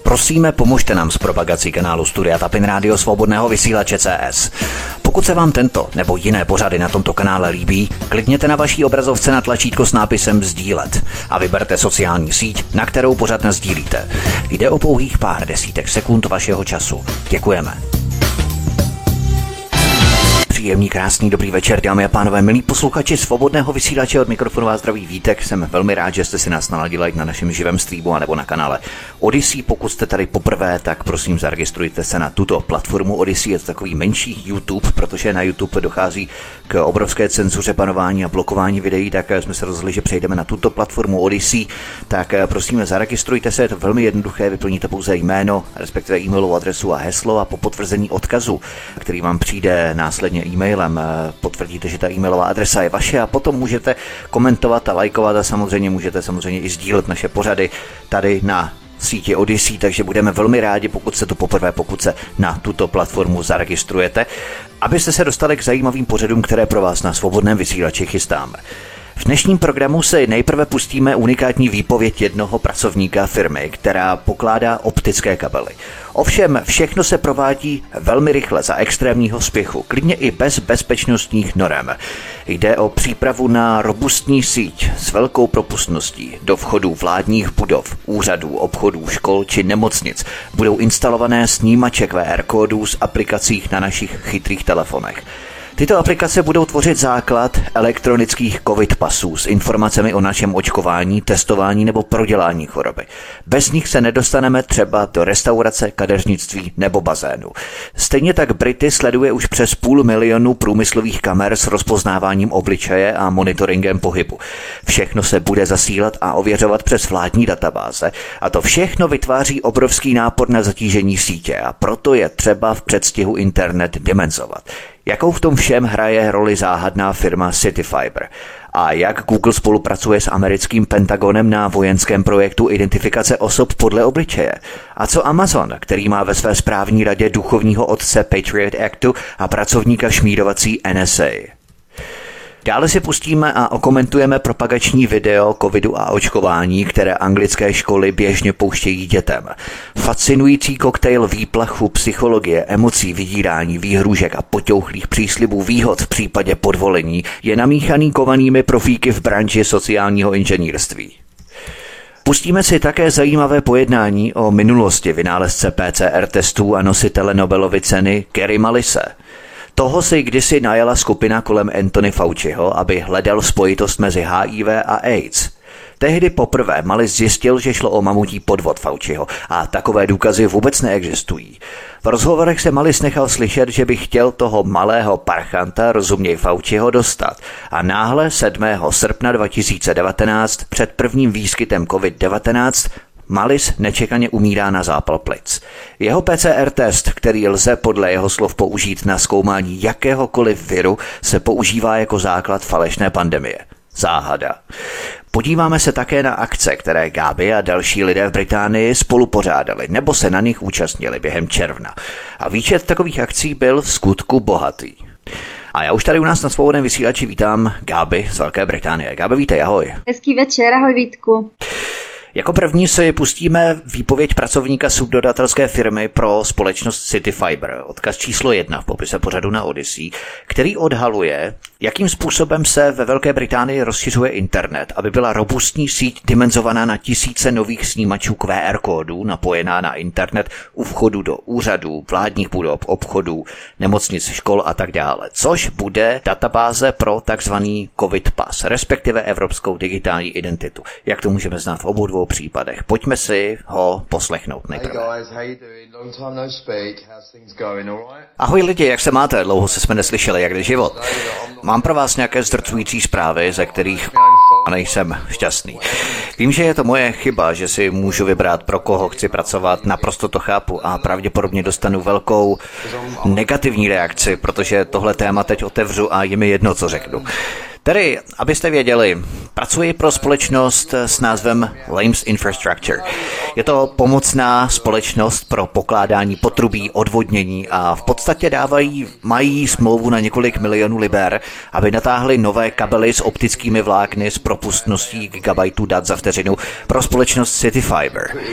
Prosíme, pomožte nám s propagací kanálu Studia Tapin Rádio Svobodného vysílače CS. Pokud se vám tento nebo jiné pořady na tomto kanále líbí, klikněte na vaší obrazovce na tlačítko s nápisem sdílet a vyberte sociální síť, na kterou pořad nasdílíte. Jde o pouhých pár desítek sekund vašeho času. Děkujeme. Příjemný, krásný, dobrý večer, dámy a pánové, milí posluchači Svobodného vysílače, od mikrofonu vás zdraví Vítek. Jsem velmi rád, že jste si nás naladili na našem živém streamu anebo na kanále Odyssey. Pokud jste tady poprvé, tak prosím zaregistrujte se na tuto platformu Odyssey. Je to takový menší YouTube, protože na YouTube dochází k obrovské cenzuře, panování a blokování videí, tak jsme se rozhodli, že přejdeme na tuto platformu Odyssey. Tak prosím, zaregistrujte se, je to velmi jednoduché, vyplníte pouze jméno, respektive e-mailovou adresu a heslo a po potvrzení odkazu, který vám přijde následně e-mailem, potvrdíte, že ta e-mailová adresa je vaše a potom můžete komentovat a lajkovat a samozřejmě můžete i sdílet naše pořady tady na síti Odyssey, takže budeme velmi rádi, pokud se na tuto platformu zaregistrujete, abyste se dostali k zajímavým pořadům, které pro vás na Svobodném vysílači chystáme. V dnešním programu si nejprve pustíme unikátní výpověď jednoho pracovníka firmy, která pokládá optické kabely. Ovšem, všechno se provádí velmi rychle za extrémního spěchu, klidně i bez bezpečnostních norem. Jde o přípravu na robustní síť s velkou propustností. Do vchodů vládních budov, úřadů, obchodů, škol či nemocnic budou instalované snímače QR kódů z aplikacích na našich chytrých telefonech. Tyto aplikace budou tvořit základ elektronických COVID pasů s informacemi o našem očkování, testování nebo prodělání choroby. Bez nich se nedostaneme třeba do restaurace, kadeřnictví nebo bazénu. Stejně tak Brity sleduje už přes 500 000 průmyslových kamer s rozpoznáváním obličeje a monitoringem pohybu. Všechno se bude zasílat a ověřovat přes vládní databáze a to všechno vytváří obrovský nápor na zatížení sítě a proto je třeba v předstihu internet dimenzovat. Jakou v tom všem hraje roli záhadná firma CityFiber? A jak Google spolupracuje s americkým Pentagonem na vojenském projektu identifikace osob podle obličeje? A co Amazon, který má ve své správní radě duchovního otce Patriot Actu a pracovníka šmírovací NSA? Dále si pustíme a okomentujeme propagační video covidu a očkování, které anglické školy běžně pouštějí dětem. Fascinující koktejl výplachu, psychologie, emocí, vydírání, výhrůžek a poťouchlých příslibů výhod v případě podvolení je namíchaný kovanými profíky v branži sociálního inženýrství. Pustíme si také zajímavé pojednání o minulosti vynálezce PCR testů a nositele Nobelovy ceny Kary Mulise. Toho si kdysi najala skupina kolem Anthony Fauciho, aby hledal spojitost mezi HIV a AIDS. Tehdy poprvé Mullis zjistil, že šlo o mamutí podvod Fauciho a takové důkazy vůbec neexistují. V rozhovorech se Mullis nechal slyšet, že by chtěl toho malého parchanta, rozuměj Fauciho, dostat. A náhle 7. srpna 2019 před prvním výskytem COVID-19 Mullis nečekaně umírá na zápal plic. Jeho PCR test, který lze podle jeho slov použít na zkoumání jakéhokoliv viru, se používá jako základ falešné pandemie. Záhada. Podíváme se také na akce, které Gabi a další lidé v Británii spolupořádali nebo se na nich účastnili během června. A výčet takových akcí byl v skutku bohatý. A já už tady u nás na Svobodném vysílači vítám Gabi z Velké Británie. Gabi, vítej, ahoj. Hezký večer, ahoj Vítku. Jako první si pustíme výpověď pracovníka subdodatelské firmy pro společnost CityFiber, odkaz číslo 1 v popise pořadu na Odyssey, který odhaluje, jakým způsobem se ve Velké Británii rozšiřuje internet, aby byla robustní síť dimenzovaná na tisíce nových snímačů QR kódů napojená na internet u vchodu do úřadů, vládních budov, obchodů, nemocnic, škol a tak dále, což bude databáze pro takzvaný COVID pas, respektive evropskou digitální identitu. Jak to můžeme znát v obou dvou případech. Pojďme si ho poslechnout nejprve. Ahoj lidi, jak se máte? Dlouho se jsme neslyšeli, jak jde život. Mám pro vás nějaké zdrcující zprávy, ze kterých nejsem šťastný. Vím, že je to moje chyba, že si můžu vybrat, pro koho chci pracovat, naprosto to chápu a pravděpodobně dostanu velkou negativní reakci, protože tohle téma teď otevřu a je mi jedno, co řeknu. Tedy, abyste věděli, pracuji pro společnost s názvem Lames Infrastructure. Je to pomocná společnost pro pokládání potrubí, odvodnění a v podstatě mají smlouvu na několik milionů liber, aby natáhli nové kabely s optickými vlákny s propustností gigabajtů dat za vteřinu pro společnost CityFiber.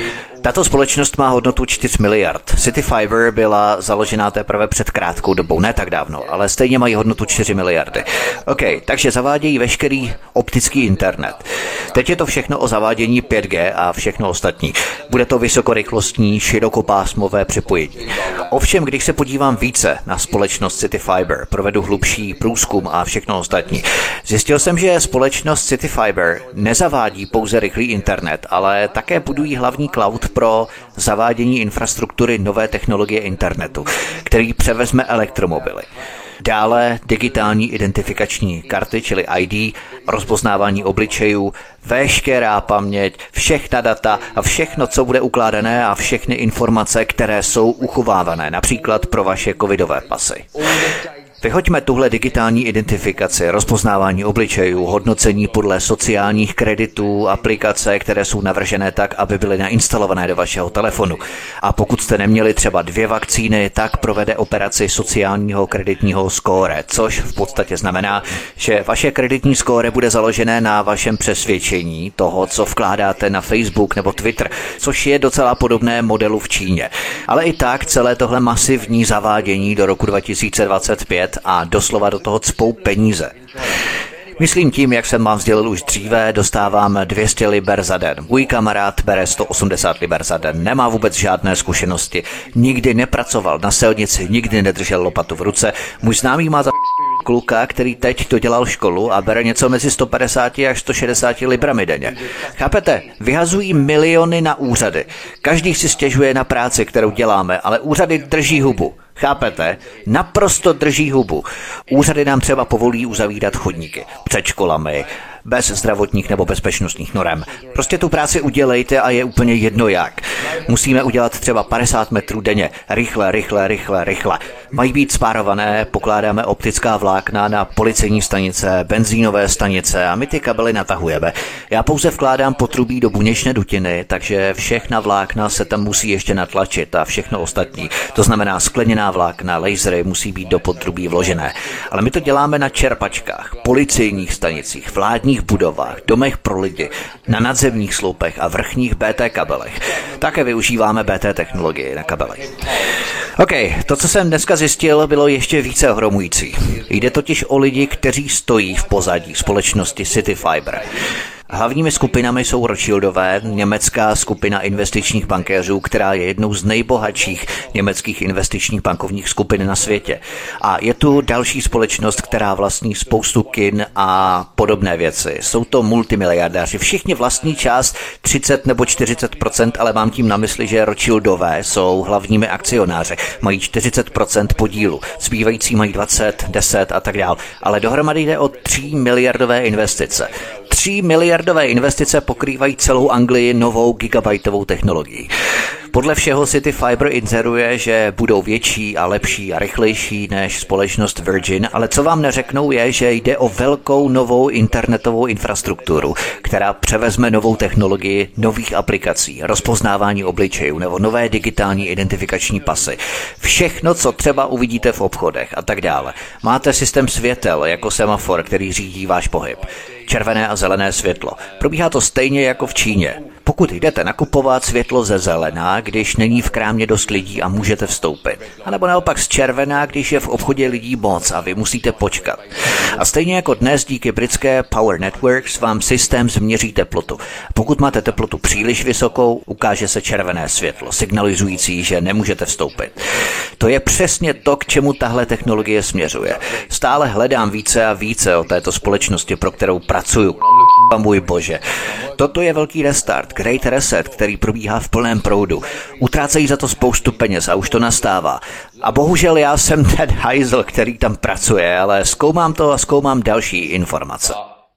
Tato společnost má hodnotu 4 miliard. City Fiber byla založena teprve před krátkou dobou, ne tak dávno, ale stejně mají hodnotu 4 miliardy. OK, takže zavádějí veškerý optický internet. Teď je to všechno o zavádění 5G a všechno ostatní. Bude to vysokorychlostní, širokopásmové připojení. Ovšem, když se podívám více na společnost City Fiber, provedu hlubší průzkum a všechno ostatní, zjistil jsem, že společnost City Fiber nezavádí pouze rychlý internet, ale také budují hlavní cloud pro zavádění infrastruktury nové technologie internetu, který převezme elektromobily. Dále digitální identifikační karty, čili ID, rozpoznávání obličejů, veškerá paměť, všechna data a všechno, co bude ukládané a všechny informace, které jsou uchovávané, například pro vaše covidové pasy. Vyhoďme tuhle digitální identifikaci, rozpoznávání obličejů, hodnocení podle sociálních kreditů, aplikace, které jsou navržené tak, aby byly nainstalované do vašeho telefonu. A pokud jste neměli třeba 2 vakcíny, tak provede operaci sociálního kreditního skóre, což v podstatě znamená, že vaše kreditní skóre bude založené na vašem přesvědčení toho, co vkládáte na Facebook nebo Twitter, což je docela podobné modelu v Číně. Ale i tak celé tohle masivní zavádění do roku 2025 a doslova do toho cpou peníze. Myslím tím, jak jsem vám sdělil už dříve, dostávám 200 liber za den. Můj kamarád bere 180 liber za den, nemá vůbec žádné zkušenosti, nikdy nepracoval na silnici, nikdy nedržel lopatu v ruce. Můj známý má za kluka, který teď dodělal školu a bere něco mezi 150 až 160 librami denně. Chápete? Vyhazují miliony na úřady. Každý si stěžuje na práci, kterou děláme, ale úřady drží hubu. Chápete? Naprosto drží hubu. Úřady nám třeba povolí uzavírat chodníky před školami, bez zdravotních nebo bezpečnostních norem. Prostě tu práci udělejte a je úplně jedno jak. Musíme udělat třeba 50 metrů denně. Rychle. Mají být spárované, pokládáme optická vlákna na policejní stanice, benzínové stanice a my ty kabely natahujeme. Já pouze vkládám potrubí do buněčné dutiny, takže všechna vlákna se tam musí ještě natlačit a všechno ostatní. To znamená skleněná vlákna, lasery musí být do potrubí vložené. Ale my to děláme na čerpačkách, policejních stanicích, vládních budovách, domech pro lidi, na nadzemních sloupech a vrchních BT kabelech. Také využíváme BT technologii na kabelech. OK, to, co jsem dneska zjistil, bylo ještě více ohromující. Jde totiž o lidi, kteří stojí v pozadí společnosti City Fiber. Hlavními skupinami jsou Rothschildové, německá skupina investičních bankéřů, která je jednou z nejbohatších německých investičních bankovních skupin na světě. A je tu další společnost, která vlastní spoustu kin a podobné věci. Jsou to multimiliardáři. Všichni vlastní část 30 nebo 40%, ale mám tím na mysli, že Rothschildové jsou hlavními akcionáři. Mají 40% podílu. Zbývající mají 20, 10 a tak dál. Ale dohromady jde o 3 miliardové investice. 3 miliardové investice pokrývají celou Anglii novou gigabajtovou technologií. Podle všeho City Fiber inzeruje, že budou větší a lepší a rychlejší než společnost Virgin, ale co vám neřeknou je, že jde o velkou novou internetovou infrastrukturu, která převezme novou technologii nových aplikací, rozpoznávání obličejů nebo nové digitální identifikační pasy. Všechno, co třeba uvidíte v obchodech a tak dále. Máte systém světel jako semafor, který řídí váš pohyb. Červené a zelené světlo. Probíhá to stejně jako v Číně. Pokud jdete nakupovat, světlo ze zelená, když není v krámě dost lidí a můžete vstoupit. A nebo naopak z červená, když je v obchodě lidí moc a vy musíte počkat. A stejně jako dnes díky britské Power Networks vám systém změří teplotu. Pokud máte teplotu příliš vysokou, ukáže se červené světlo, signalizující, že nemůžete vstoupit. To je přesně to, k čemu tahle technologie směřuje. Stále hledám více a více o této společnosti, pro kterou pracuju. Můj bože. Toto je velký restart, Great Reset, který probíhá v plném proudu. Utrácejí za to spoustu peněz a už to nastává. A bohužel já jsem ten hajzl, který tam pracuje, ale zkoumám to a zkoumám další informace.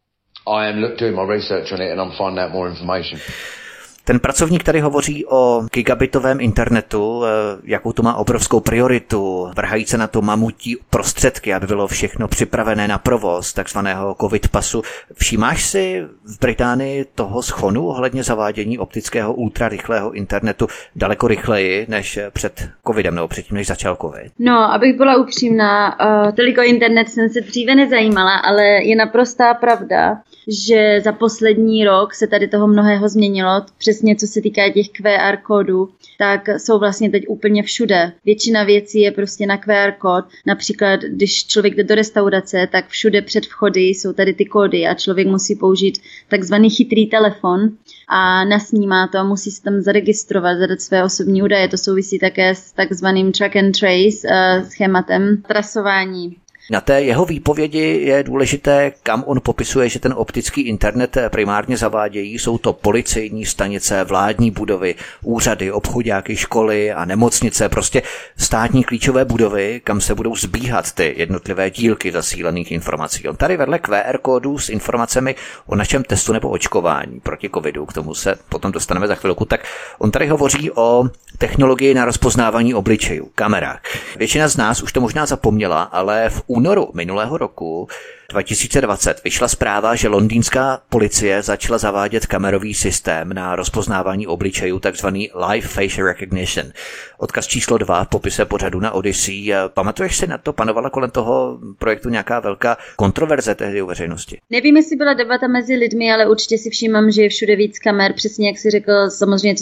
I am doing my research on it and I'm finding out more information. Ten pracovník tady hovoří o gigabitovém internetu, jakou to má obrovskou prioritu, vrhají se na to mamutí prostředky, aby bylo všechno připravené na provoz takzvaného covid pasu. Všímáš si v Británii toho schonu ohledně zavádění optického ultrarychlého internetu daleko rychleji než před covidem, nebo předtím, než začal covid? No, abych byla upřímná, toliko internet jsem se dříve nezajímala, ale je naprostá pravda, že za poslední rok se tady toho mnohého změnilo. Přes přesně co se týká těch QR kódů, tak jsou vlastně teď úplně všude. Většina věcí je prostě na QR kód. Například, když člověk jde do restaurace, tak všude před vchody jsou tady ty kódy a člověk musí použít takzvaný chytrý telefon a nasnímá to a musí se tam zaregistrovat, zadat své osobní údaje. To souvisí také s takzvaným track and trace schématem trasování. Na té jeho výpovědi je důležité, kam on popisuje, že ten optický internet primárně zavádějí. Jsou to policejní stanice, vládní budovy, úřady, obchoďáky, školy a nemocnice, prostě státní klíčové budovy, kam se budou zbíhat ty jednotlivé dílky zasílaných informací. On tady vedle QR kódů s informacemi o našem testu nebo očkování proti covidu, k tomu se potom dostaneme za chvilku, tak on tady hovoří o technologii na rozpoznávání obličejů, kamerách. Většina z nás už to možná zapomněla, ale v únoru minulého roku 2020 vyšla zpráva, že londýnská policie začala zavádět kamerový systém na rozpoznávání obličejů, takzvaný Live Facial Recognition. Odkaz číslo 2 v popise pořadu na Odyssey. Pamatuješ si na to, panovala kolem toho projektu nějaká velká kontroverze tehdy u veřejnosti? Nevím, jestli byla debata mezi lidmi, ale určitě si všímám, že je všude víc kamer, přesně jak jsi řekl, samozřejmě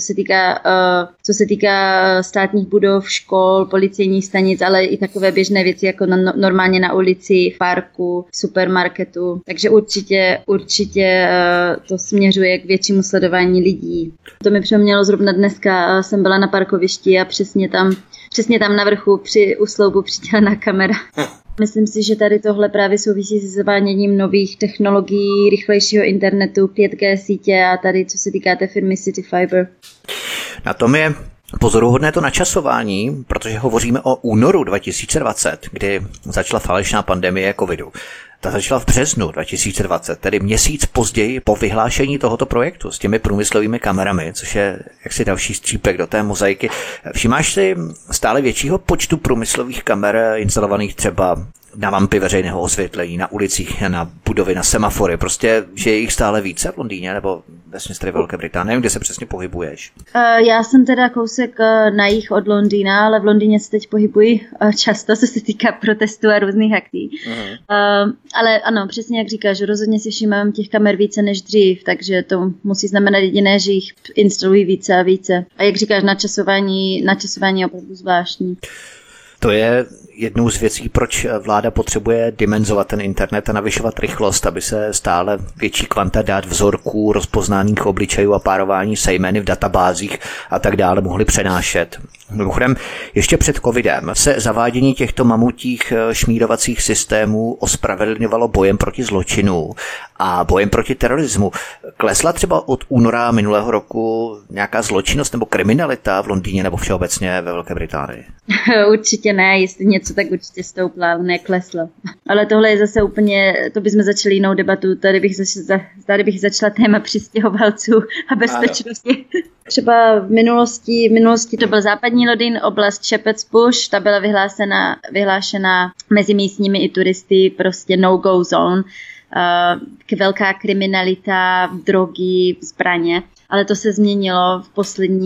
co se týká státních budov, škol, policejních stanic, ale i takové běžné věci jako normálně na ulici, v parku, supermarketu, takže určitě to směřuje k většímu sledování lidí. To mi přemělo zrovna dneska, jsem byla na parkovišti a přesně tam na vrchu u sloupu přidělená kamera. Myslím si, že tady tohle právě souvisí se zaváděním nových technologií, rychlejšího internetu, 5G sítě a tady, co se týká té firmy City Fiber. Na tom je pozoruhodné to načasování, protože hovoříme o únoru 2020, kdy začala falešná pandemie covidu. Ta začala v březnu 2020, tedy měsíc později po vyhlášení tohoto projektu s těmi průmyslovými kamerami, což je jaksi další střípek do té mozaiky. Všimáš si stále většího počtu průmyslových kamer instalovaných třeba na lampy veřejného osvětlení, na ulicích, na budovy, na semafory, prostě, že je jich stále více v Londýně nebo vesměs tady Velké Británie, nevím, kde se přesně pohybuješ. Já jsem teda kousek na jih od Londýna, ale v Londýně se teď pohybuji často, co se týká protestů a různých akcí. Ale ano, přesně jak říkáš, rozhodně si všímám těch kamer více než dřív, takže to musí znamenat jediné, že jich instalují více a více. A jak říkáš, načasování je opravdu zvláštní. To je jednou z věcí, proč vláda potřebuje dimenzovat ten internet a navyšovat rychlost, aby se stále větší kvanta dat, vzorků, rozpoznaných obličejů a párování se jmény v databázích a tak dále mohly přenášet. Mimochodem, ještě před covidem se zavádění těchto mamutích šmírovacích systémů ospravedlňovalo bojem proti zločinu a bojem proti terorismu. Klesla třeba od února minulého roku nějaká zločinnost nebo kriminalita v Londýně nebo všeobecně ve Velké Británii? Určitě ne, jestli něco, tak určitě stoupla, ale neklesla. Ale tohle je zase úplně, to bychom začali jinou debatu, tady bych začala téma přistěhovalců a bezpečnosti. Třeba v minulosti to byl západní Londýn, oblast Shepherd's Bush, ta byla vyhlášena mezi místními i turisty, prostě no-go zone, velká kriminalita, drogy, zbraně. Ale to se změnilo v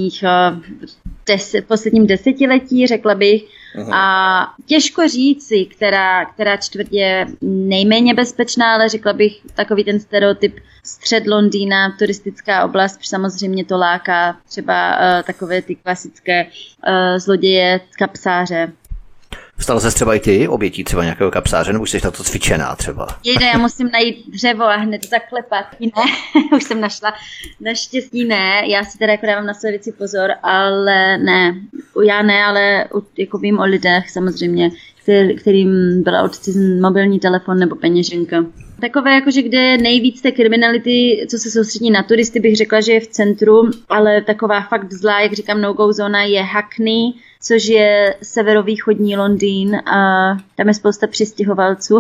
posledním desetiletí, řekla bych. A těžko říci, která čtvrť je nejméně bezpečná, ale řekla bych takový ten stereotyp střed Londýna, turistická oblast, protože samozřejmě to láká třeba takové ty klasické zloděje, kapsáře. Stala se třeba i ty obětí třeba nějakého kapsáře, nebo už jsi na to cvičená třeba? Já musím najít dřevo a hned zaklepat. Ne, už jsem našla. Naštěstí ne, já si teda jako dávám na své věci pozor, ale ne. Já ne, ale jako vím o lidech samozřejmě, kterým byla odcizen mobilní telefon nebo peněženka. Takové jakože kde je nejvíc té kriminality, co se soustředí na turisty, bych řekla, že je v centru, ale taková fakt zlá, jak říkám, no-go zóna je Hackney, což je severovýchodní Londýn a tam je spousta přistěhovalců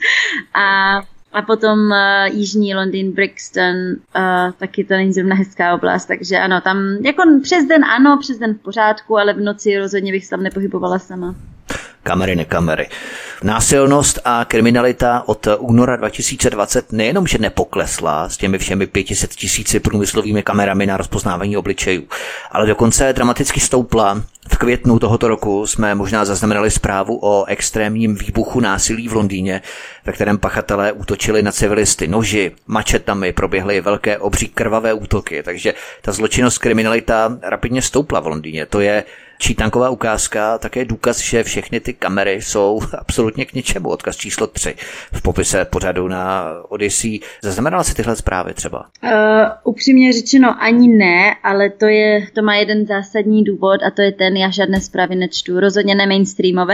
a potom jižní Londýn, Brixton, taky to není zrovna hezká oblast, takže ano, tam jako přes den v pořádku, ale v noci rozhodně bych se tam nepohybovala sama. Kamery, nekamery. Násilnost a kriminalita od února 2020 nejenom, že nepoklesla s těmi všemi 500 000 průmyslovými kamerami na rozpoznávání obličejů, ale dokonce dramaticky stoupla v květnu tohoto roku jsme možná zaznamenali zprávu o extrémním výbuchu násilí v Londýně, ve kterém pachatelé útočili na civilisty noži, mačetami, proběhly velké obří krvavé útoky, takže ta zločinnost, kriminalita rapidně stoupla v Londýně. To je čítanková ukázka, také důkaz, že všechny ty kamery jsou absolutně k ničemu. Odkaz číslo 3 v popise pořadu na Odyssey. Zaznamenala si tyhle zprávy třeba? Upřímně řečeno ani ne, ale to má jeden zásadní důvod a to je ten, já žádné zprávy nečtu, rozhodně ne mainstreamové.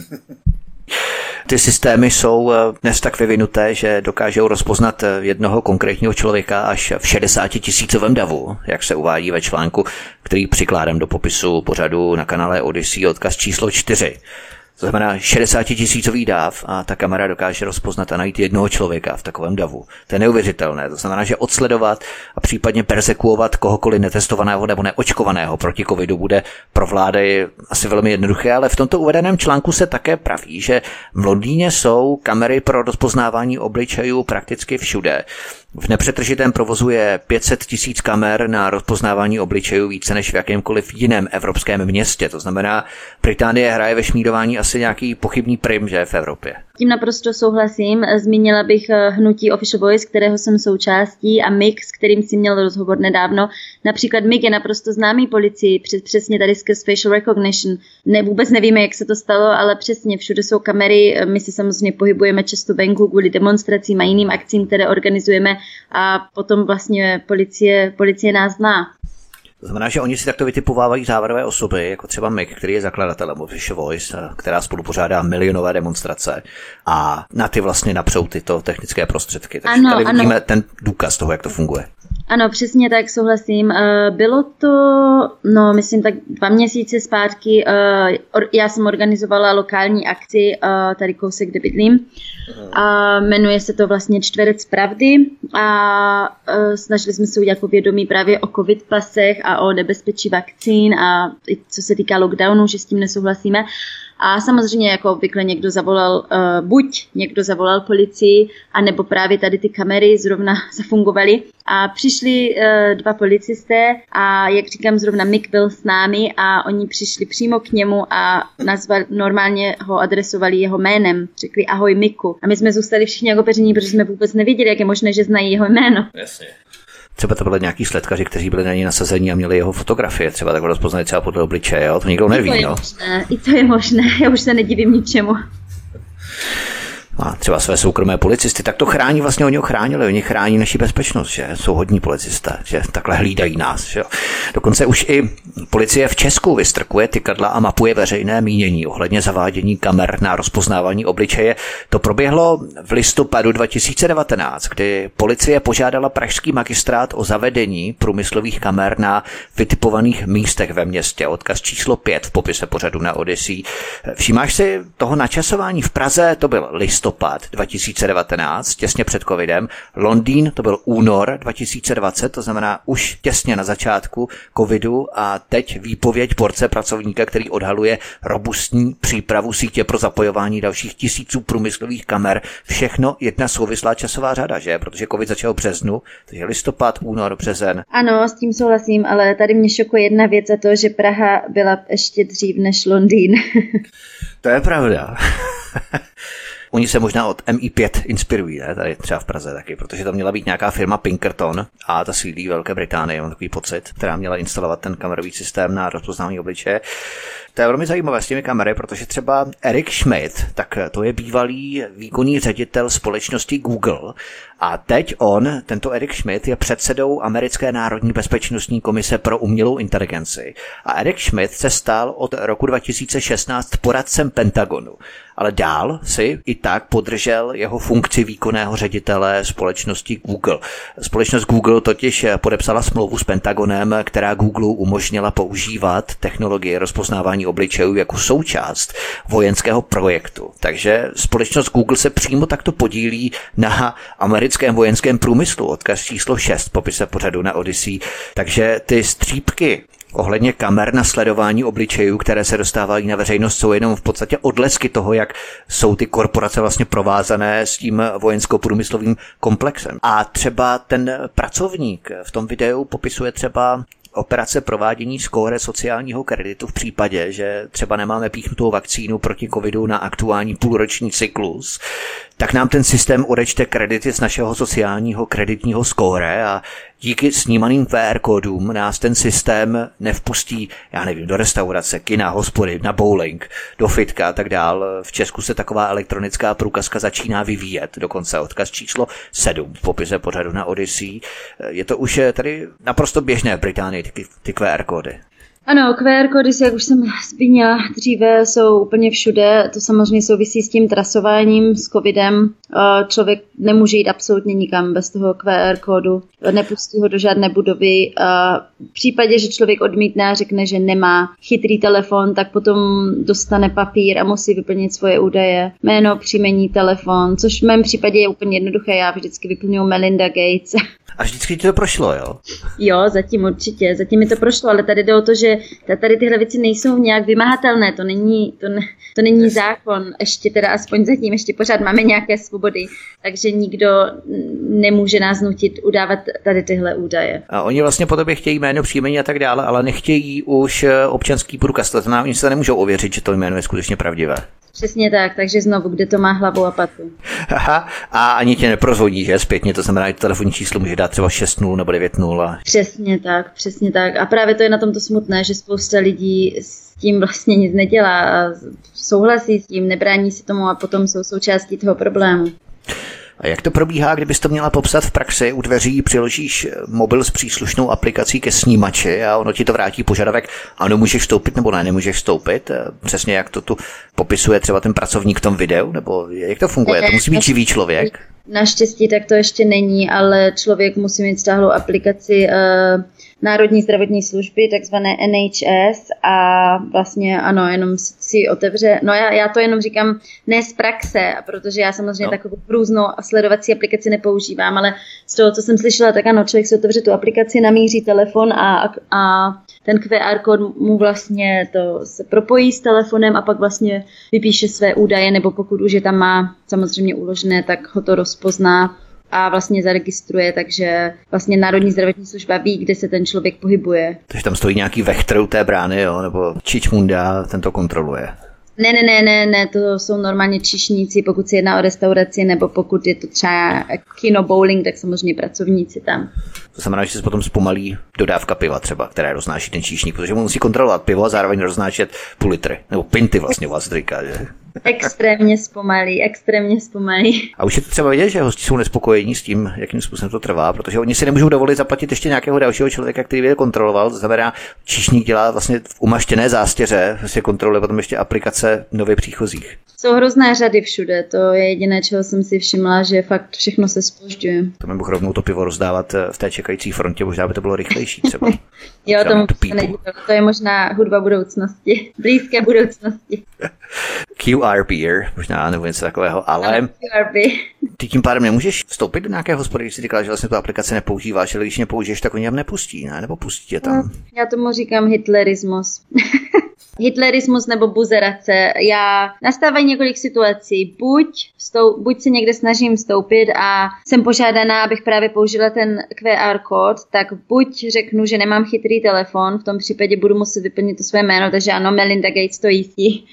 Ty systémy jsou dnes tak vyvinuté, že dokážou rozpoznat jednoho konkrétního člověka až v 60 000 davu, jak se uvádí ve článku, který přikládám do popisu pořadu na kanále Odyssey, odkaz číslo 4. To znamená 60 000 dáv a ta kamera dokáže rozpoznat a najít jednoho člověka v takovém davu. To je neuvěřitelné. To znamená, že odsledovat a případně persekuovat kohokoliv netestovaného nebo neočkovaného proti covidu bude pro vlády asi velmi jednoduché, ale v tomto uvedeném článku se také praví, že v Londýně jsou kamery pro rozpoznávání obličejů prakticky všude. V nepřetržitém provozu je 500 000 kamer na rozpoznávání obličejů více než v jakémkoliv jiném evropském městě. To znamená, Británie hraje ve šmírování asi nějaký pochybný prim, že v Evropě. Tím naprosto souhlasím. Zmínila bych hnutí Official Voice, kterého jsem součástí, a MIG, s kterým si měl rozhovor nedávno. Například MIG je naprosto známý policii, přesně tady skrz facial recognition. Vůbec nevíme, jak se to stalo, ale přesně všude jsou kamery. My se samozřejmě pohybujeme často venku kvůli demonstracím a jiným akcím, které organizujeme, a potom vlastně policie nás zná. To znamená, že oni si takto vytipovávají závodové osoby, jako třeba Mick, který je zakladatelem Official Voice, která spolu pořádá milionové demonstrace, a na ty vlastně napřou tyto technické prostředky. Takže tady vidíme ten důkaz toho, jak to funguje. Ano, přesně tak, souhlasím. Bylo to, myslím tak 2 měsíce zpátky, já jsem organizovala lokální akci tady kousek, kde bydlím. A jmenuje se to vlastně Čtverec pravdy a snažili jsme se udělat povědomí právě o covid pasech a o nebezpečí vakcín a co se týká lockdownu, že s tím nesouhlasíme. A samozřejmě jako obvykle někdo zavolal policii, anebo právě tady ty kamery zrovna zafungovaly. A přišli 2 policisté a jak říkám, zrovna Mick byl s námi a oni přišli přímo k němu a normálně ho adresovali jeho jménem. Řekli ahoj Micku. A my jsme zůstali všichni jako peření, protože jsme vůbec nevěděli, jak je možné, že znají jeho jméno. Jasně. Třeba to byly nějaký sledkaři, kteří byli na něj nasazení a měli jeho fotografie, třeba takhle rozpoznali třeba podle obličeje, jo? To nikdo neví, I to je možné, já už se nedivím ničemu. A třeba své soukromé policisty, tak to chrání, vlastně oni ho chránili, oni chrání naši bezpečnost, že jsou hodní policisté, že takhle hlídají nás, že jo. Dokonce už i policie v Česku vystrkuje tykadla a mapuje veřejné mínění ohledně zavádění kamer na rozpoznávání obličeje. To proběhlo v listopadu 2019, kdy policie požádala pražský magistrát o zavedení průmyslových kamer na vytipovaných místech ve městě. Odkaz číslo 5 v popise pořadu na Odyssey. Všímáš si toho načasování? V Praze to byl listopad 2019, těsně před covidem. Londýn to byl únor 2020, to znamená už těsně na začátku covidu, a teď výpověď borce pracovníka, který odhaluje robustní přípravu sítě pro zapojování dalších tisíců průmyslových kamer. Všechno jedna souvislá časová řada, že? Protože covid začal v březnu, takže listopad, únor, březen. Ano, s tím souhlasím, ale tady mě šokuje jedna věc, a to, že Praha byla ještě dřív než Londýn. To je pravda. Oni se možná od MI5 inspirují, ne? Tady třeba v Praze taky, protože tam měla být nějaká firma Pinkerton a ta sídlí Velké Británii, mám takový pocit, která měla instalovat ten kamerový systém na rozpoznání obličeje. To je velmi zajímavé s těmi kamery, protože třeba Eric Schmidt, tak to je bývalý výkonný ředitel společnosti Google, a teď tento Eric Schmidt, je předsedou Americké národní bezpečnostní komise pro umělou inteligenci. A Eric Schmidt se stal od roku 2016 poradcem Pentagonu, ale dál si i tak podržel jeho funkci výkonného ředitele společnosti Google. Společnost Google totiž podepsala smlouvu s Pentagonem, která Google umožnila používat technologie rozpoznávání obličejů jako součást vojenského projektu. Takže společnost Google se přímo takto podílí na americkém vojenském průmyslu. Odkaz číslo 6 popise pořadu na Odyssey. Takže ty střípky ohledně kamer na sledování obličejů, které se dostávají na veřejnost, jsou jenom v podstatě odlesky toho, jak jsou ty korporace vlastně provázané s tím vojensko-průmyslovým komplexem. A třeba ten pracovník v tom videu popisuje třeba operace provádění skóre sociálního kreditu v případě, že třeba nemáme píchnutou vakcínu proti covidu na aktuální půlroční cyklus, tak nám ten systém odečte kredity z našeho sociálního kreditního skóre a díky snímaným QR kódům nás ten systém nevpustí, já nevím, do restaurace, kina, hospody, na bowling, do fitka a tak dál. V Česku se taková elektronická průkazka začíná vyvíjet, dokonce odkaz číslo 7 v popise pořadu na Odyssey. Je to už tady naprosto běžné v Británii, ty QR kódy. Ano, QR kódy, jak už jsem zmínila dříve, jsou úplně všude. To samozřejmě souvisí s tím trasováním, s covidem. Člověk nemůže jít absolutně nikam bez toho QR kódu. Nepustí ho do žádné budovy. V případě, že člověk odmítne a řekne, že nemá chytrý telefon, tak potom dostane papír a musí vyplnit svoje údaje. Jméno, příjmení, telefon, což v mém případě je úplně jednoduché. Já vždycky vyplňuji Melinda Gates. A vždycky ti to prošlo, jo? Jo, zatím určitě. Zatím mi to prošlo, ale tady jde o to, že tady tyhle věci nejsou nějak vymahatelné. To není zákon. Ještě teda aspoň zatím, ještě pořád máme nějaké svobody. Takže nikdo nemůže nás nutit udávat tady tyhle údaje. A oni vlastně po tobě chtějí jméno, příjmení a tak dále, ale nechtějí už občanský průkaz. To znamená, oni se nemůžou ověřit, že to jméno je skutečně pravdivé. Přesně tak, takže znovu, kde to má hlavu a patu. Aha, a ani tě neprozvoní, že zpětně, to znamená, že to telefonní číslo může dát třeba 6-0 nebo 9-0. Přesně tak. A právě to je na tomto smutné, že spousta lidí s tím vlastně nic nedělá a souhlasí s tím, nebrání si tomu a potom jsou součástí toho problému. A jak to probíhá, kdybys to měla popsat v praxi? U dveří přiložíš mobil s příslušnou aplikací ke snímači a ono ti to vrátí požadavek, ano, můžeš vstoupit nebo ne, nemůžeš vstoupit. Přesně jak to tu popisuje třeba ten pracovník v tom videu, nebo jak to funguje? To musí být živý člověk? Naštěstí tak to ještě není, ale člověk musí mít stáhlou aplikaci Národní zdravotní služby, takzvané NHS a vlastně ano, jenom si otevře, no já to jenom říkám ne z praxe, protože já samozřejmě takovou různou sledovací aplikaci nepoužívám, ale z toho, co jsem slyšela, tak ano, člověk si otevře tu aplikaci, namíří telefon a ten QR kód mu vlastně to se propojí s telefonem a pak vlastně vypíše své údaje, nebo pokud už je tam má samozřejmě uložené, tak ho to rozpozná a vlastně zaregistruje, takže vlastně Národní zdravotní služba ví, kde se ten člověk pohybuje. Takže tam stojí nějaký Wächter u té brány, jo? Nebo čičmunda, ten to kontroluje. Ne, to jsou normálně číšníci, pokud se jedná o restauraci, nebo pokud je to třeba kino, bowling, tak samozřejmě pracovníci tam. To znamená, že se potom zpomalí dodávka piva třeba, která roznáší ten číšník, protože mu musí kontrolovat pivo a zároveň roznášet půl litry, nebo pinty vlastně vás říká, že? Extrémně zpomalí. A už je to třeba vidět, že hosti jsou nespokojení s tím, jakým způsobem to trvá, protože oni si nemůžou dovolit zaplatit ještě nějakého dalšího člověka, který by je kontroloval. To znamená, číšník dělá vlastně v umaštěné zástěře, vlastně kontroluje potom ještě aplikace nově příchozích. Jsou hrozné řady všude, to je jediné, čeho jsem si všimla, že fakt všechno se zpožďuje. To bych rovnou to pivo rozdávat v té čekající frontě, možná by to bylo rychlejší třeba. Jo, tomu se nedívám. To je možná hudba budoucnosti, blízké budoucnosti. QR beer, možná nebo něco takového, ale ty tím pádem nemůžeš vstoupit do nějaké hospody, když jsi říkala, že vlastně tu aplikaci nepoužíváš, ale když nepoužiješ, tak oni tam nepustí, ne? Nebo pustí tě tam. Já tomu říkám hitlerismus. Hitlerismus nebo buzerace. Já nastávají několik situací. Buď se někde snažím vstoupit a jsem požádaná, abych právě použila ten QR kód, tak buď řeknu, že nemám chytrý telefon, v tom případě budu muset vyplnit to své jméno, takže ano, Melinda Gates to jistí.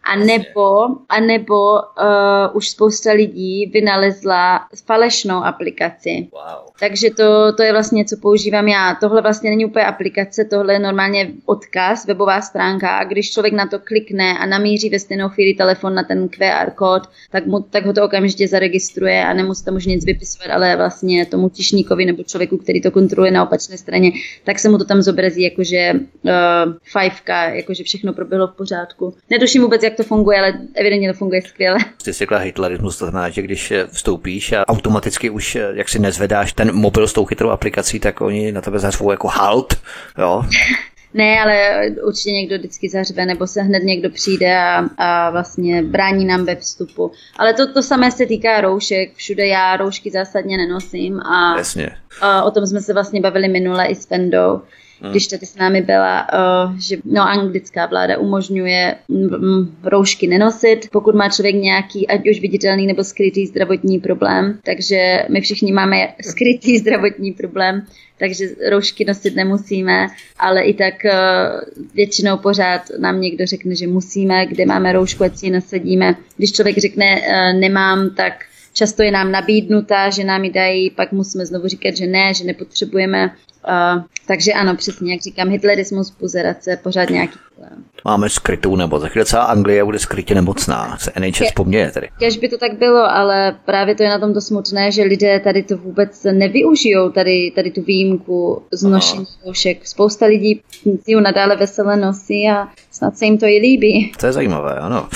A nebo už spousta lidí vynalezla falešnou aplikaci. Wow. Takže to je vlastně, co používám já. Tohle vlastně není úplně aplikace, tohle je normálně odkaz, webová stránka a když člověk na to klikne a namíří ve stejnou chvíli telefon na ten QR kód, tak ho to okamžitě zaregistruje a nemusí tam už nic vypisovat, ale vlastně tomu tišníkovi nebo člověku, který to kontroluje na opačné straně, tak se mu to tam zobrazí jakože fajfka, jakože všechno proběhlo v pořádku. Netuším vůbec, jak to funguje, ale evidentně to funguje skvěle. Ty jsi řekla hitlerismus, to znamená, že když vstoupíš a automaticky už jak si nezvedáš ten mobil s tou chytrou aplikací, tak oni na tebe zařvou jako halt, jo? Ne, ale určitě někdo vždycky zařve, nebo se hned někdo přijde a vlastně brání nám ve vstupu. Ale to samé se týká roušek. Všude já roušky zásadně nenosím a Jasně. O tom jsme se vlastně bavili minule i s Vendou. když tady s námi byla, že anglická vláda umožňuje roušky nenosit, pokud má člověk nějaký, ať už viditelný nebo skrytý zdravotní problém, takže my všichni máme skrytý zdravotní problém, takže roušky nosit nemusíme, ale i tak většinou pořád nám někdo řekne, že musíme, kde máme roušku, ať si ji nasadíme. Když člověk řekne nemám, tak často je nám nabídnuta, že nám ji dají, pak musíme znovu říkat, že ne, že nepotřebujeme. Takže ano, přesně, jak říkám, hitlerismus, buzerace, pořád nějaký problém. Máme skrytou nemoc. Za chvíli celá Anglie bude skrytě nemocná. Se NHS poměje tedy. Kež by to tak bylo, ale právě to je na tomto smutné, že lidé tady to vůbec nevyužijou, tady tu výjimku z nošení roušek. Spousta lidí si ji nadále vesele nosí a snad se jim to i líbí. To je zajímavé, ano.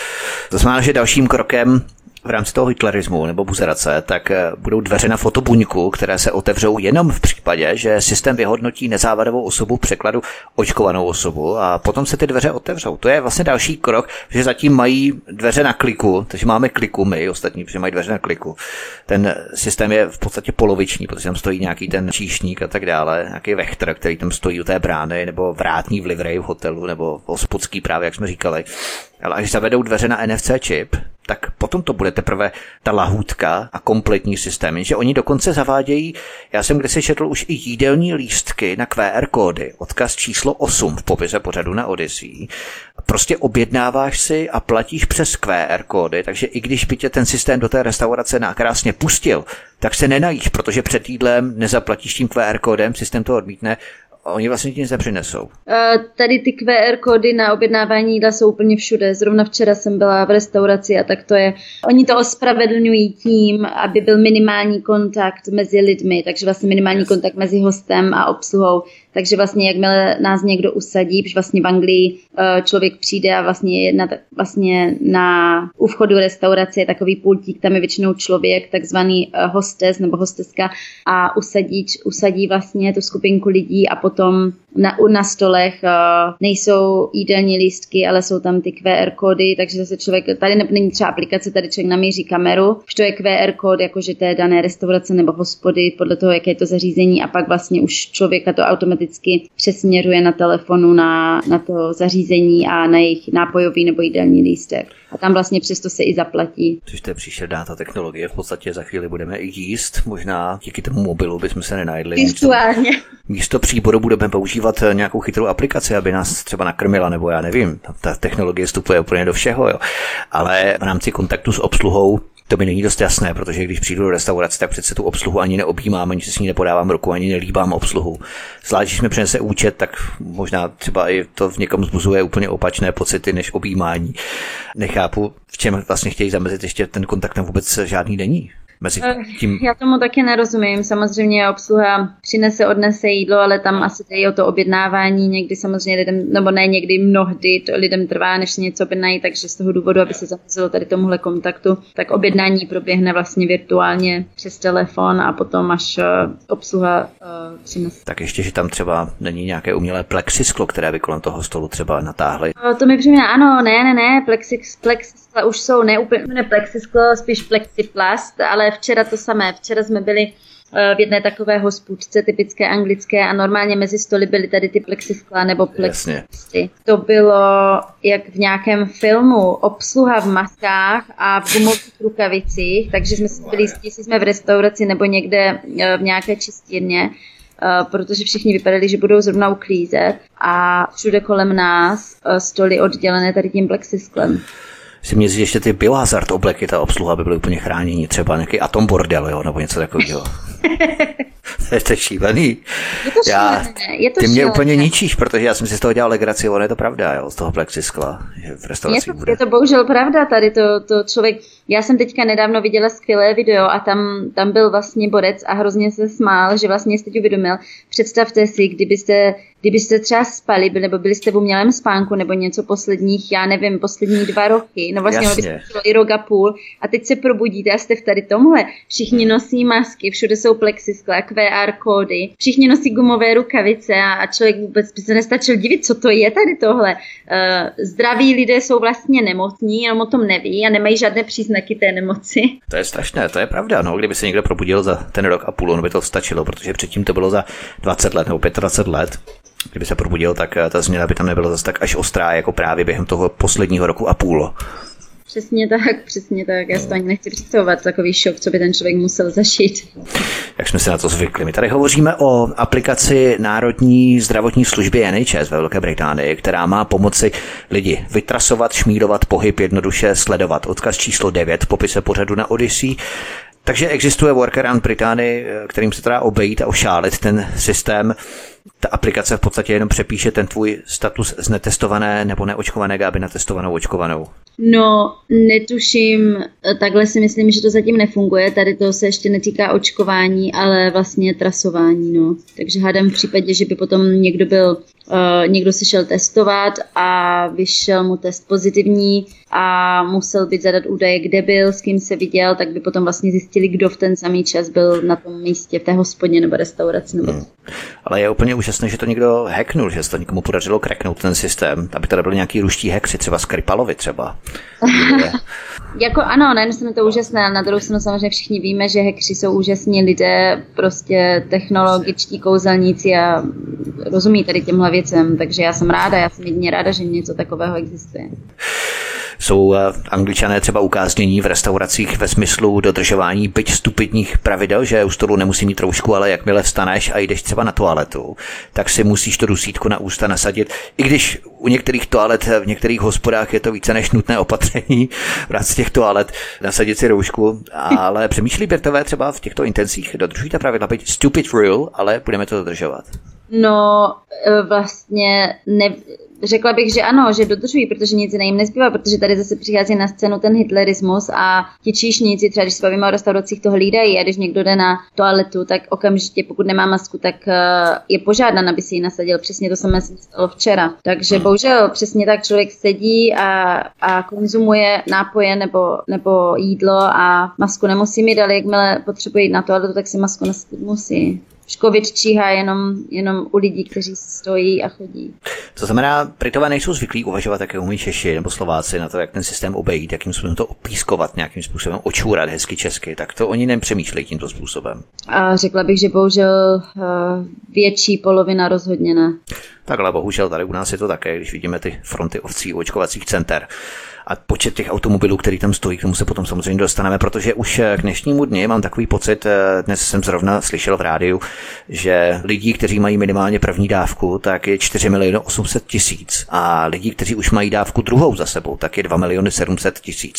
To znamená, že dalším krokem v rámci toho hitlerismu nebo buzerace, tak budou dveře na fotobuňku, které se otevřou jenom v případě, že systém vyhodnotí nezávadovou osobu, překladu očkovanou osobu a potom se ty dveře otevřou. To je vlastně další krok, že zatím mají dveře na kliku, takže máme kliku my ostatní, protože mají dveře na kliku. Ten systém je v podstatě poloviční, protože tam stojí nějaký ten číšník a tak dále, nějaký vechtr, který tam stojí u té brány, nebo vrátní v livery v hotelu, nebo hospodský právě, jak jsme říkali. Ale až zavedou dveře na NFC čip, tak potom to bude teprve ta lahůdka a kompletní systém. Jenže oni dokonce zavádějí, já jsem kdysi četl už i jídelní lístky na QR kódy, odkaz číslo 8 v popise pořadu na Odyssey. Prostě objednáváš si a platíš přes QR kódy, takže i když by tě ten systém do té restaurace nakrásně pustil, tak se nenajíš, protože před jídlem nezaplatíš tím QR kódem, systém to odmítne, oni vlastně ti nic nepřinesou. Tady ty QR kódy na objednávání jídla jsou úplně všude. Zrovna včera jsem byla v restauraci a tak to je. Oni to ospravedlňují tím, aby byl minimální kontakt mezi lidmi, takže vlastně minimální kontakt mezi hostem a obsluhou. Takže vlastně jakmile nás někdo usadí, protože vlastně v Anglii člověk přijde a vlastně u vchodu restaurace je takový pultík, tam je většinou člověk, takzvaný hostes nebo hosteska a usadí vlastně tu skupinku lidí a potom na stolech nejsou jídelní lístky, ale jsou tam ty QR kódy, takže zase člověk, tady není třeba aplikace, tady člověk namíří kameru, že to je QR kód, jakože té dané restaurace nebo hospody, podle toho, jaké je to zařízení a pak vlastně už člověka to automaticky přesměruje na telefonu na to zařízení a na jejich nápojový nebo jídelní lístek. A tam vlastně přesto se i zaplatí. Což to je příšerná ta technologie, v podstatě za chvíli budeme i jíst, možná díky tomu mobilu bychom se nenajedli. Virtuálně. Místo příboru budeme používat nějakou chytrou aplikaci, aby nás třeba nakrmila, nebo já nevím, ta technologie vstupuje úplně do všeho, jo. Ale v rámci kontaktu s obsluhou to mi není dost jasné, protože když přijdu do restaurace, tak přece tu obsluhu ani neobjímám, ani se s ní nepodávám ruku, ani nelíbám obsluhu. Zvlášť, když mi přinese účet, tak možná třeba i to v někom vzbuzuje úplně opačné pocity než objímání. Nechápu, v čem vlastně chtějí zamezit, ještě ten kontakt tam vůbec žádný není. Já tomu taky nerozumím. Samozřejmě obsluha odnese jídlo, ale tam asi jde o to objednávání. Někdy samozřejmě lidem, nebo ne někdy, mnohdy to lidem trvá, než si něco objednají, takže z toho důvodu, aby se zamezilo tady tomuhle kontaktu, tak objednání proběhne vlastně virtuálně přes telefon a potom až obsluha přinese. Tak ještě, že tam třeba není nějaké umělé plexisklo, které by kolem toho stolu třeba natáhly. To mi přijde, ano, ne, plexiskla už jsou neúplně plexisklo, spíš plexiplast, ale včera to samé. Včera jsme byli v jedné takové hospůdce typické anglické a normálně mezi stoly byly tady ty plexiskla nebo plexisty. To bylo jak v nějakém filmu, obsluha v maskách a v gumových rukavicích, takže jsme si byli jistí, jestli jsme v restauraci nebo někde v nějaké čistírně, protože všichni vypadali, že budou zrovna uklízet a všude kolem nás stoly oddělené tady tím plexisklem. Si mě ještě ty biohazard obleky, ta obsluha by byly úplně chránění, třeba nějaký atom bordel, jo, nebo něco takového. To je šílený. Ty mě úplně ničíš, protože já jsem si z toho dělal legraci, ono je to pravda, jo, z toho plexiskla, že v restauracích bude. Je to bohužel pravda, tady to člověk, já jsem teďka nedávno viděla skvělé video a tam byl vlastně borec a hrozně se smál, že vlastně si teď uvědomil, představte si, kdybyste kdybyste třeba spali, nebo byli jste v umělém spánku, nebo něco poslední 2 roky, no vlastně byste i rok a půl, a teď se probudíte a jste v tady tomhle. Všichni nosí masky, všude jsou plexiskla, QR kódy, všichni nosí gumové rukavice a člověk vůbec by se nestačil divit, co to je tady tohle. Zdraví lidé jsou vlastně nemocní, jenom o tom neví a nemají žádné příznaky té nemoci. To je strašné, to je pravda. No, kdyby se někdo probudil za ten rok a půl, on by to stačilo, protože předtím to bylo za 20 let nebo 25 let. Kdyby se probudil, tak ta změna by tam nebyla zase tak až ostrá, jako právě během toho posledního roku a půl. Přesně tak. Já si to ani nechci představovat, takový šok, co by ten člověk musel zažít. Jak jsme se na to zvykli. My tady hovoříme o aplikaci Národní zdravotní služby NHS ve Velké Británii, která má pomoci lidi vytrasovat, šmírovat pohyb, jednoduše sledovat. Odkaz číslo 9 v popise pořadu na Odyssey. Takže existuje workaround Británii, kterým se teda obejít a ošálit ten systém. Ta aplikace v podstatě jenom přepíše ten tvůj status z netestované nebo neočkované aby na testovanou očkovanou. No, netuším, takhle si myslím, že to zatím nefunguje, tady to se ještě netýká očkování, ale vlastně trasování, no. Takže hádám v případě, že by potom někdo se šel testovat a vyšel mu test pozitivní a musel být zadat údaje, kde byl, s kým se viděl, tak by potom vlastně zjistili, kdo v ten samý čas byl na tom místě, v té hospodě nebo restauraci. Ale je úplně úžasné, že to někdo hacknul, že se to někomu podařilo cracknout ten systém, aby tady byly nějaký ruští hackři, třeba Skripalovi třeba. Jako ano, na jednu stranu to úžasné, ale na druhou stranu samozřejmě všichni víme, že hackři jsou úžasní lidé, prostě technologičtí kouzelníci a rozumí tady těmhle věcem, takže já jsem jedině ráda, že něco takového existuje. Jsou Angličané třeba ukáznění v restauracích ve smyslu dodržování byť stupidních pravidel, že u stolu nemusí mít roušku, ale jakmile vstaneš a jdeš třeba na toaletu, tak si musíš to dusítko na ústa nasadit. I když u některých toalet, v některých hospodách je to více než nutné opatření v rámci těch toalet nasadit si roušku, ale přemýšlí Britové třeba v těchto intencích dodržují ta pravidla, byť stupid rule, ale budeme to dodržovat. No, vlastně řekla bych, že ano, že dodržují, protože nic jim nezbývá, protože tady zase přichází na scénu ten hitlerismus a ti číšníci, třeba když se bavíme o restauracích, to hlídají a když někdo jde na toaletu, tak okamžitě, pokud nemá masku, tak je požádán, aby si ji nasadil. Přesně to samé se stalo včera. Takže bohužel přesně tak člověk sedí a konzumuje nápoje nebo jídlo a masku nemusí mít, ale jakmile potřebuje jít na toaletu, tak si masku nasadit musí. COVID číhá jenom u lidí, kteří stojí a chodí. To znamená, Britové nejsou zvyklí uvažovat, jak umí Češi nebo Slováci na to, jak ten systém obejít, jakým způsobem to opískovat, nějakým způsobem očůrat hezky česky, tak to oni nepřemýšlejí tímto způsobem. A řekla bych, že bohužel větší polovina rozhodně ne. Takhle bohužel tady u nás je to také, když vidíme ty fronty ovcí u očkovacích center. A počet těch automobilů, který tam stojí, k tomu se potom samozřejmě dostaneme, protože už k dnešnímu dni mám takový pocit, dnes jsem zrovna slyšel v rádiu, že lidí, kteří mají minimálně první dávku, tak je 4 800 000 a lidí, kteří už mají dávku druhou za sebou, tak je 2 700 000.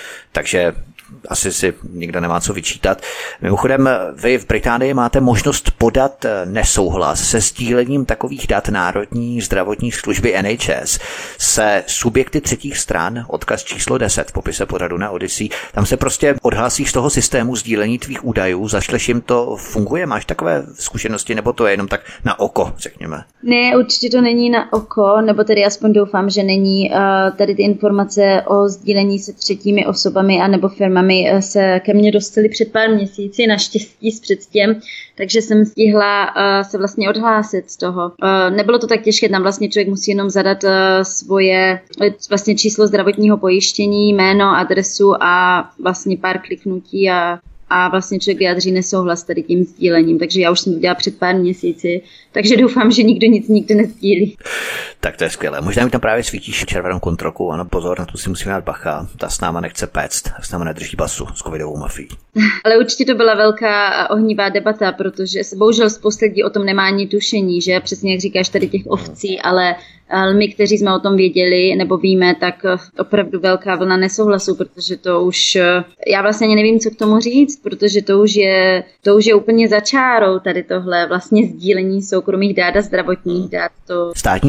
Takže asi si nikdo nemá co vyčítat. Mimochodem, vy v Británii máte možnost podat nesouhlas se sdílením takových dat Národní zdravotní služby NHS se subjekty třetích stran, odkaz číslo 10 v popise pořadu na Odyssey. Tam se prostě odhlásíš z toho systému sdílení tvých údajů, zašleš jim to, funguje? Máš takové zkušenosti, nebo to je jenom tak na oko, řekněme? Ne, určitě to není na oko, nebo tedy aspoň doufám, že není. Tady ty informace o sdílení se třetími osobami a nebo firmami se ke mně dostaly před pár měsíci, naštěstí s předstěm, takže jsem stihla se vlastně odhlásit z toho. Nebylo to tak těžké, tam vlastně člověk musí jenom zadat svoje vlastně číslo zdravotního pojištění, jméno, adresu a vlastně pár kliknutí a vlastně člověk vyjádří nesouhlas tady tím sdílením. Takže já už jsem to dělala před pár měsíci, takže doufám, že nikdo nic nikdy nesdílí. Tak to je skvělé. Možná mi tam právě svítíš červenou kontrolku. Ano, pozor, na to si musíme dát bacha. Ta s náma nechce péct, s náma nedrží basu s covidovou mafií. Ale určitě to byla velká ohnivá debata, protože bohužel spousta lidí o tom nemá ani tušení, že přesně jak říkáš tady těch ovcí, ale my, kteří jsme o tom věděli nebo víme, tak opravdu velká vlna nesouhlasu, protože to už, já vlastně ani nevím, co k tomu říct, protože to už je úplně za čárou tady tohle vlastně sdílení soukromých dat a zdravotních dat. Státní správa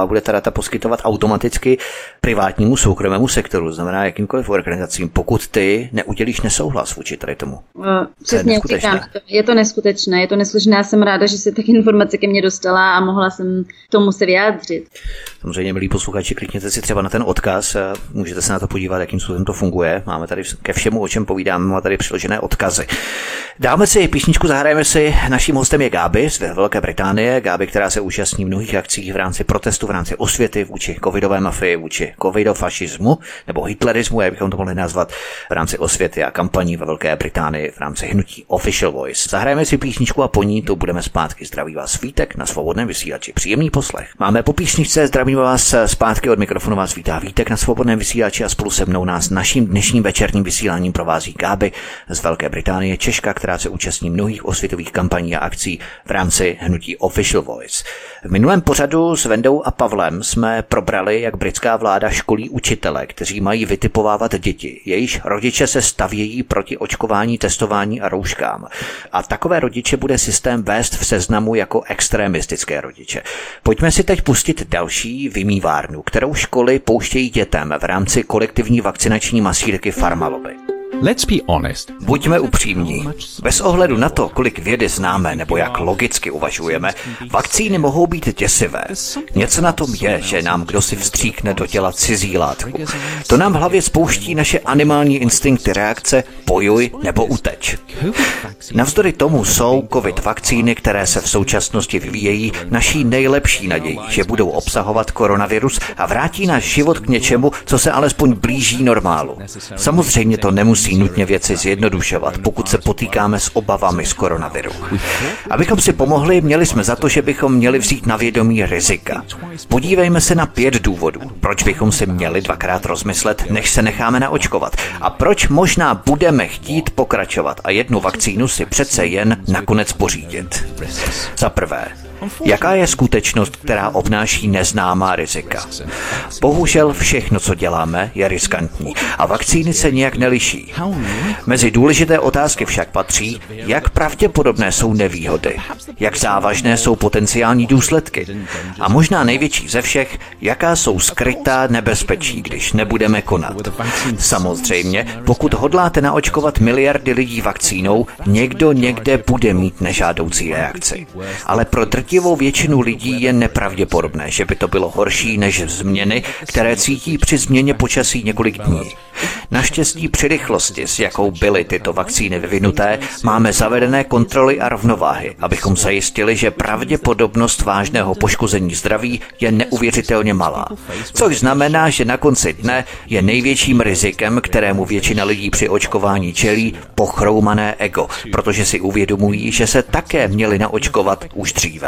a bude ta data poskytovat automaticky privátnímu soukromému sektoru, znamená jakýmkoliv organizacím, pokud ty neudělíš nesouhlas vůči tady tomu. Přesně, říkám, je to neskutečné. Já jsem ráda, že se tak informace ke mně dostala a mohla jsem tomu se vyjádřit. Samozřejmě, milí posluchači, klikněte si třeba na ten odkaz, můžete se na to podívat, jakým způsobem to funguje. Máme tady ke všemu, o čem povídáme, máme tady přiložené odkazy. Dáme si písničku, zahrajeme si. Naším hostem je Gáby z Velké Británie. Gáby, která se účastní mnohých akcí v rámci protestu, v rámci osvěty vůči covidové mafii, vůči covidofašismu nebo hitlerismu, jak bychom to mohli nazvat, v rámci osvěty a kampaní ve Velké Británii v rámci hnutí Official Voice. Zahrajeme si písničku a po ní to budeme zpátky. Zdraví vás Vítek na Svobodném vysílači. Příjemný poslech. Máme po písničce, zdravíme vás zpátky, od mikrofonu vás vítá Vítek na Svobodném vysílači a spolu se mnou nás naším dnešním večerním vysíláním provází Gáby z Velké Británie, Češka, která se účastní mnohých osvětových kampaní a akcí v rámci hnutí Official Voice. V minulém pořadu s Vendou a Pavlem jsme probrali, jak britská vláda školí učitele, kteří mají vytipovávat děti. Jejichž rodiče se stavějí proti očkování, testování a rouškám. A takové rodiče bude systém vést v seznamu jako extremistické rodiče. Pojďme si teď pustit další vymývárnu, kterou školy pouštějí dětem v rámci kolektivní vakcinační masírky Pharmalobby. Let's be honest. Buďme upřímní. Bez ohledu na to, kolik vědy známe nebo jak logicky uvažujeme, vakcíny mohou být děsivé. Něco na tom je, že nám kdosi vstříkne do těla cizí látku. To nám v hlavě spouští naše animální instinkty reakce bojuj nebo uteč. Navzdory tomu jsou covid vakcíny, které se v současnosti vyvíjejí, naší nejlepší nadějí, že budou obsahovat koronavirus a vrátí náš život k něčemu, co se alespoň blíží normálu. Samozřejmě to nemusí nutně věci zjednodušovat, pokud se potýkáme s obavami z koronaviru. Abychom si pomohli, měli jsme za to, že bychom měli vzít na vědomí rizika. Podívejme se na 5 důvodů, proč bychom si měli dvakrát rozmyslet, než se necháme naočkovat a proč možná budeme chtít pokračovat a jednu vakcínu si přece jen nakonec pořídit. Za prvé, jaká je skutečnost, která obnáší neznámá rizika? Bohužel všechno, co děláme, je riskantní a vakcíny se nijak neliší. Mezi důležité otázky však patří, jak pravděpodobné jsou nevýhody, jak závažné jsou potenciální důsledky a možná největší ze všech, jaká jsou skrytá nebezpečí, když nebudeme konat. Samozřejmě, pokud hodláte naočkovat miliardy lidí vakcínou, někdo někde bude mít nežádoucí reakci. Ale pro drtivou většinu lidí je nepravděpodobné, že by to bylo horší než změny, které cítí při změně počasí několik dní. Naštěstí při rychlosti, s jakou byly tyto vakcíny vyvinuté, máme zavedené kontroly a rovnováhy, abychom zajistili, že pravděpodobnost vážného poškození zdraví je neuvěřitelně malá. Což znamená, že na konci dne je největším rizikem, kterému většina lidí při očkování čelí, pochroumané ego, protože si uvědomují, že se také měli naočkovat už dříve.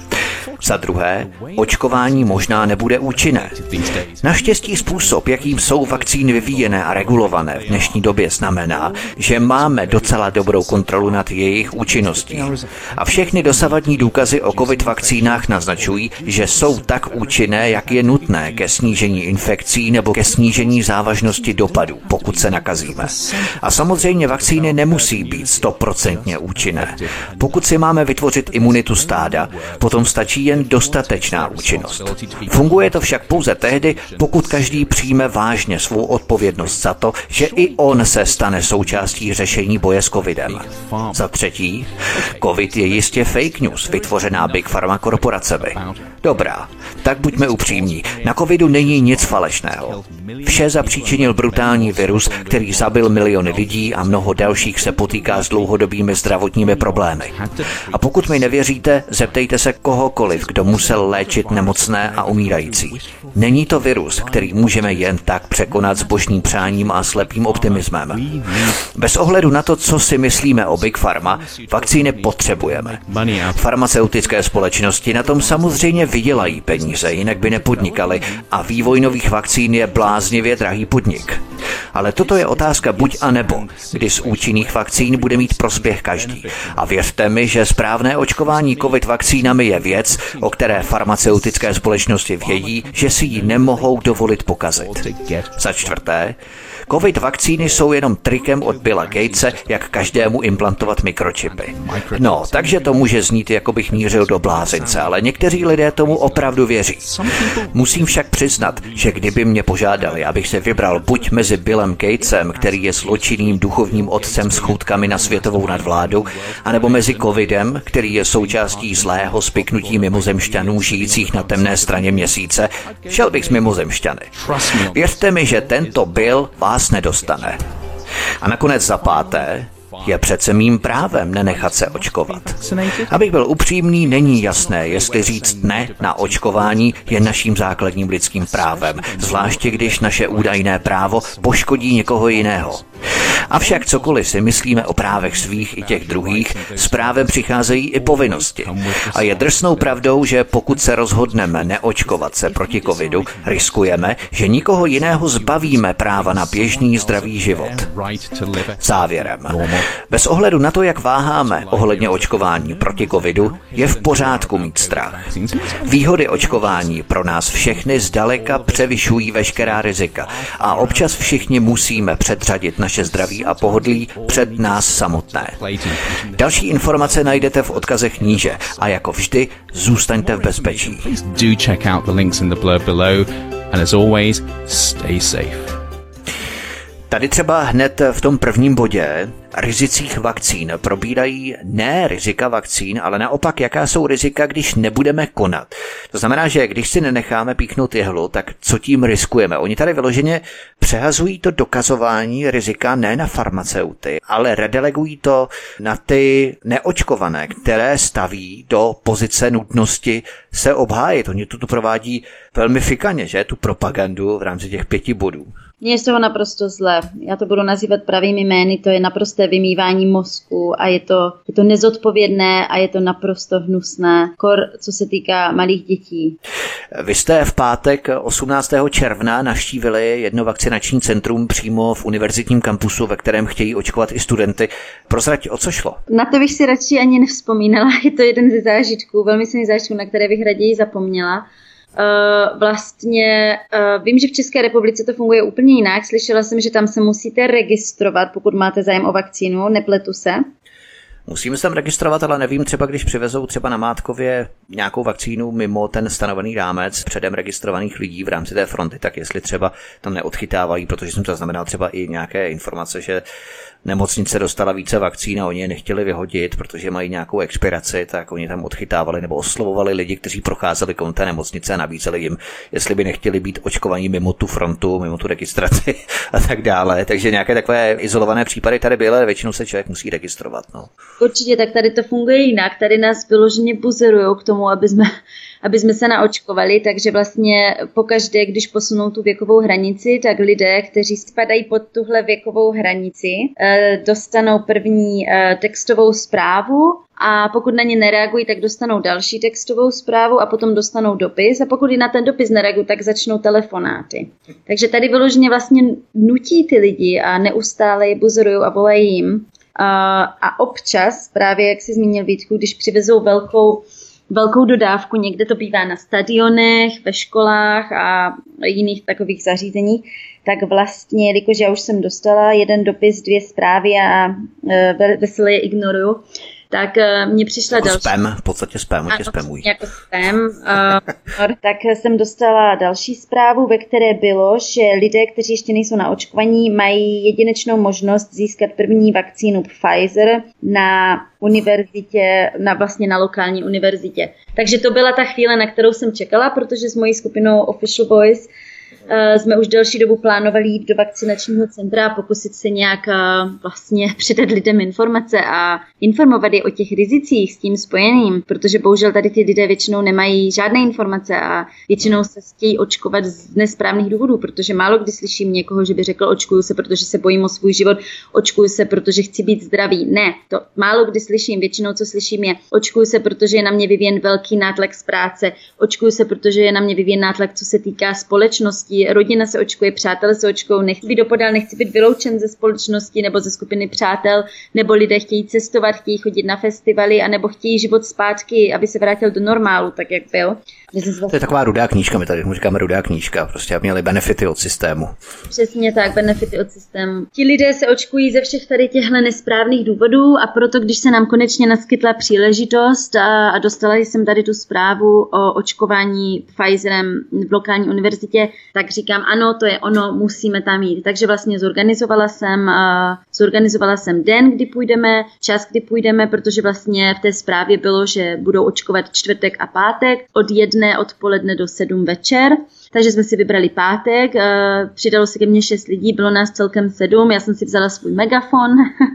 Za druhé, očkování možná nebude účinné. Naštěstí způsob, jakým jsou vakcíny vyvíjené a regulované v dnešní době, znamená, že máme docela dobrou kontrolu nad jejich účinností. A všechny dosavadní důkazy o covid vakcínách naznačují, že jsou tak účinné, jak je nutné ke snížení infekcí nebo ke snížení závažnosti dopadů, pokud se nakazíme. A samozřejmě vakcíny nemusí být 100% účinné. Pokud si máme vytvořit imunitu stáda, potom stačí jen dostatečná účinnost. Funguje to však pouze tehdy, pokud každý přijme vážně svou odpovědnost za to, že i on se stane součástí řešení boje s covidem. Za třetí, covid je jistě fake news, vytvořená Big Pharma korporacemi. Dobrá, tak buďme upřímní, na covidu není nic falešného. Vše zapříčinil brutální virus, který zabil miliony lidí a mnoho dalších se potýká s dlouhodobými zdravotními problémy. A pokud mi nevěříte, zeptejte se kohokoliv, kdo musel léčit nemocné a umírající. Není to virus, který můžeme jen tak překonat s božným přáním a slepým optimismem. Bez ohledu na to, co si myslíme o Big Pharma, vakcíny potřebujeme. Farmaceutické společnosti na tom samozřejmě vydělají peníze, jinak by nepodnikaly a vývoj nových vakcín je bláznivě drahý podnik. Ale toto je otázka buď a nebo, kdy z účinných vakcín bude mít prospěch každý. A věřte mi, že správné očkování COVID vakcínami je věc, o které farmaceutické společnosti vědí, že si ji nemohou dovolit pokazit. Za čtvrté, COVID vakcíny jsou jenom trikem od Billa Gatese, jak každému implantovat mikročipy. No, takže to může znít, jako bych mířil do blázince, ale někteří lidé tomu opravdu věří. Musím však přiznat, že kdyby mě požádali, abych se vybral buď mezi Billem Gatesem, který je zločinným duchovním otcem s choutkami na světovou nadvládu, anebo mezi covidem, který je součástí zlého spiknutí mimozemšťanů žijících na temné straně měsíce, šel bych s mimozemšťany. Věřte mi, že tento Bill vás nedostane. A nakonec za páté, je přece mým právem nenechat se očkovat. Abych byl upřímný, není jasné, jestli říct ne na očkování je naším základním lidským právem, zvláště když naše údajné právo poškodí někoho jiného. Avšak cokoliv si myslíme o právech svých i těch druhých, s právem přicházejí i povinnosti. A je drsnou pravdou, že pokud se rozhodneme neočkovat se proti covidu, riskujeme, že nikoho jiného zbavíme práva na běžný zdravý život. Závěrem. Bez ohledu na to, jak váháme ohledně očkování proti covidu, je v pořádku mít strach. Výhody očkování pro nás všechny zdaleka převyšují veškerá rizika a občas všichni musíme předřadit naše zdraví a pohodlí před nás samotné. Další informace najdete v odkazech níže a jako vždy zůstaňte v bezpečí. Do check out the links in the blurb below and as always, stay safe. Tady třeba hned v tom prvním bodě rizicích vakcín probírají ne rizika vakcín, ale naopak, jaká jsou rizika, když nebudeme konat. To znamená, že když si nenecháme píchnout jehlu, tak co tím riskujeme? Oni tady vyloženě přehazují to dokazování rizika ne na farmaceuty, ale redelegují to na ty neočkované, které staví do pozice nutnosti se obhájit. Oni to provádí velmi fikaně, že? Tu propagandu v rámci těch 5 bodů. Mně je z toho naprosto zle. Já to budu nazývat pravými jmény, to je naprosté vymývání mozku a je to nezodpovědné a je to naprosto hnusné, co se týká malých dětí. Vy jste v pátek 18. června navštívili jedno vakcinační centrum přímo v univerzitním kampusu, ve kterém chtějí očkovat i studenty. Prozrať, o co šlo? Na to bych si radši ani nevzpomínala. Je to jeden ze zážitků, velmi silný zážitků, na které bych raději zapomněla. Vím, že v České republice to funguje úplně jinak. Slyšela jsem, že tam se musíte registrovat, pokud máte zájem o vakcínu, nepletu se. Musíme se tam registrovat, ale nevím, třeba když přivezou třeba na Mátkově nějakou vakcínu mimo ten stanovený rámec předem registrovaných lidí v rámci té fronty, tak jestli třeba tam neodchytávají, protože jsem zaznamenal třeba i nějaké informace, že nemocnice dostala více vakcín a oni je nechtěli vyhodit, protože mají nějakou expiraci, tak oni tam odchytávali nebo oslovovali lidi, kteří procházeli kolem té nemocnice a nabízeli jim, jestli by nechtěli být očkovaní mimo tu frontu, mimo tu registraci a tak dále. Takže nějaké takové izolované případy tady byly, ale většinou se člověk musí registrovat. No. Určitě, tak tady to funguje jinak. Tady nás vyloženě buzerujou k tomu, aby jsme se naočkovali, takže vlastně pokaždé, když posunou tu věkovou hranici, tak lidé, kteří spadají pod tuhle věkovou hranici, dostanou první textovou zprávu a pokud na ně nereagují, tak dostanou další textovou zprávu a potom dostanou dopis a pokud i na ten dopis nereagují, tak začnou telefonáty. Takže tady vyloženě vlastně nutí ty lidi a neustále je buzerují a volají jim. A občas, právě jak jsi zmínil Vítku, když přivezou velkou dodávku, někde to bývá na stadionech, ve školách a jiných takových zařízeních, tak vlastně, jelikož já už jsem dostala jeden dopis, 2 zprávy a veselé je ignoruju, tak mě přišla jako další. Spam, v podstatě spam, tě spamují. Jako spam. Tak jsem dostala další zprávu, ve které bylo, že lidé, kteří ještě nejsou naočkovaní, mají jedinečnou možnost získat první vakcínu Pfizer na univerzitě, na lokální univerzitě. Takže to byla ta chvíle, na kterou jsem čekala, protože s mojí skupinou Official Boys jsme už delší dobu plánovali jít do vakcinačního centra a pokusit se nějak vlastně předat lidem informace a informovat je o těch rizicích s tím spojeným, protože bohužel tady ty lidé většinou nemají žádné informace a většinou se chtějí očkovat z nesprávných důvodů, protože málo kdy slyším někoho, že by řekl očkuju se, protože se bojím o svůj život, očkuju se, protože chci být zdravý. Ne, to málo kdy slyším, většinou co slyším je očkuju se, protože je na mě vyvíjen velký nátlak z práce, očkuju se, protože je na mě vyvíjen nátlak, co se týká společnosti, společnosti, rodina se očkuje, přátelé se očkují, nechci být opodál, nechci být vyloučen ze společnosti nebo ze skupiny přátel, nebo lidé chtějí cestovat, chtějí chodit na festivaly, anebo chtějí život zpátky, aby se vrátil do normálu, tak jak byl. To je taková rudá knížka, my tady říkáme rudá knížka, prostě aby měli benefity od systému. Přesně tak, benefity od systému. Ti lidé se očkují ze všech tady těchto nesprávných důvodů a proto, když se nám konečně naskytla příležitost a dostala jsem tady tu zprávu o očkování Pfizerem v lokální univerzitě, tak říkám, ano, to je ono, musíme tam jít. Takže vlastně zorganizovala jsem den, kdy půjdeme, čas, kdy půjdeme, protože vlastně v té zprávě bylo, že budou očkovat čtvrtek a pátek od 1 odpoledne do 7 večer. Takže jsme si vybrali pátek, přidalo se ke mně 6 lidí, bylo nás celkem 7, já jsem si vzala svůj megafon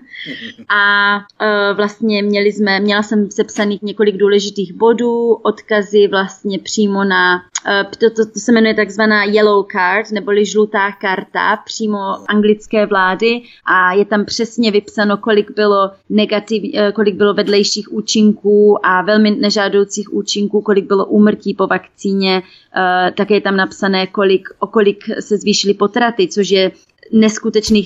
a vlastně měla jsem sepsaných několik důležitých bodů, odkazy vlastně přímo na, to se jmenuje takzvaná yellow card, neboli žlutá karta přímo anglické vlády a je tam přesně vypsáno, kolik bylo vedlejších účinků a velmi nežádoucích účinků, kolik bylo úmrtí po vakcíně, také je tam napsané, o kolik se zvýšily potraty, což je neskutečných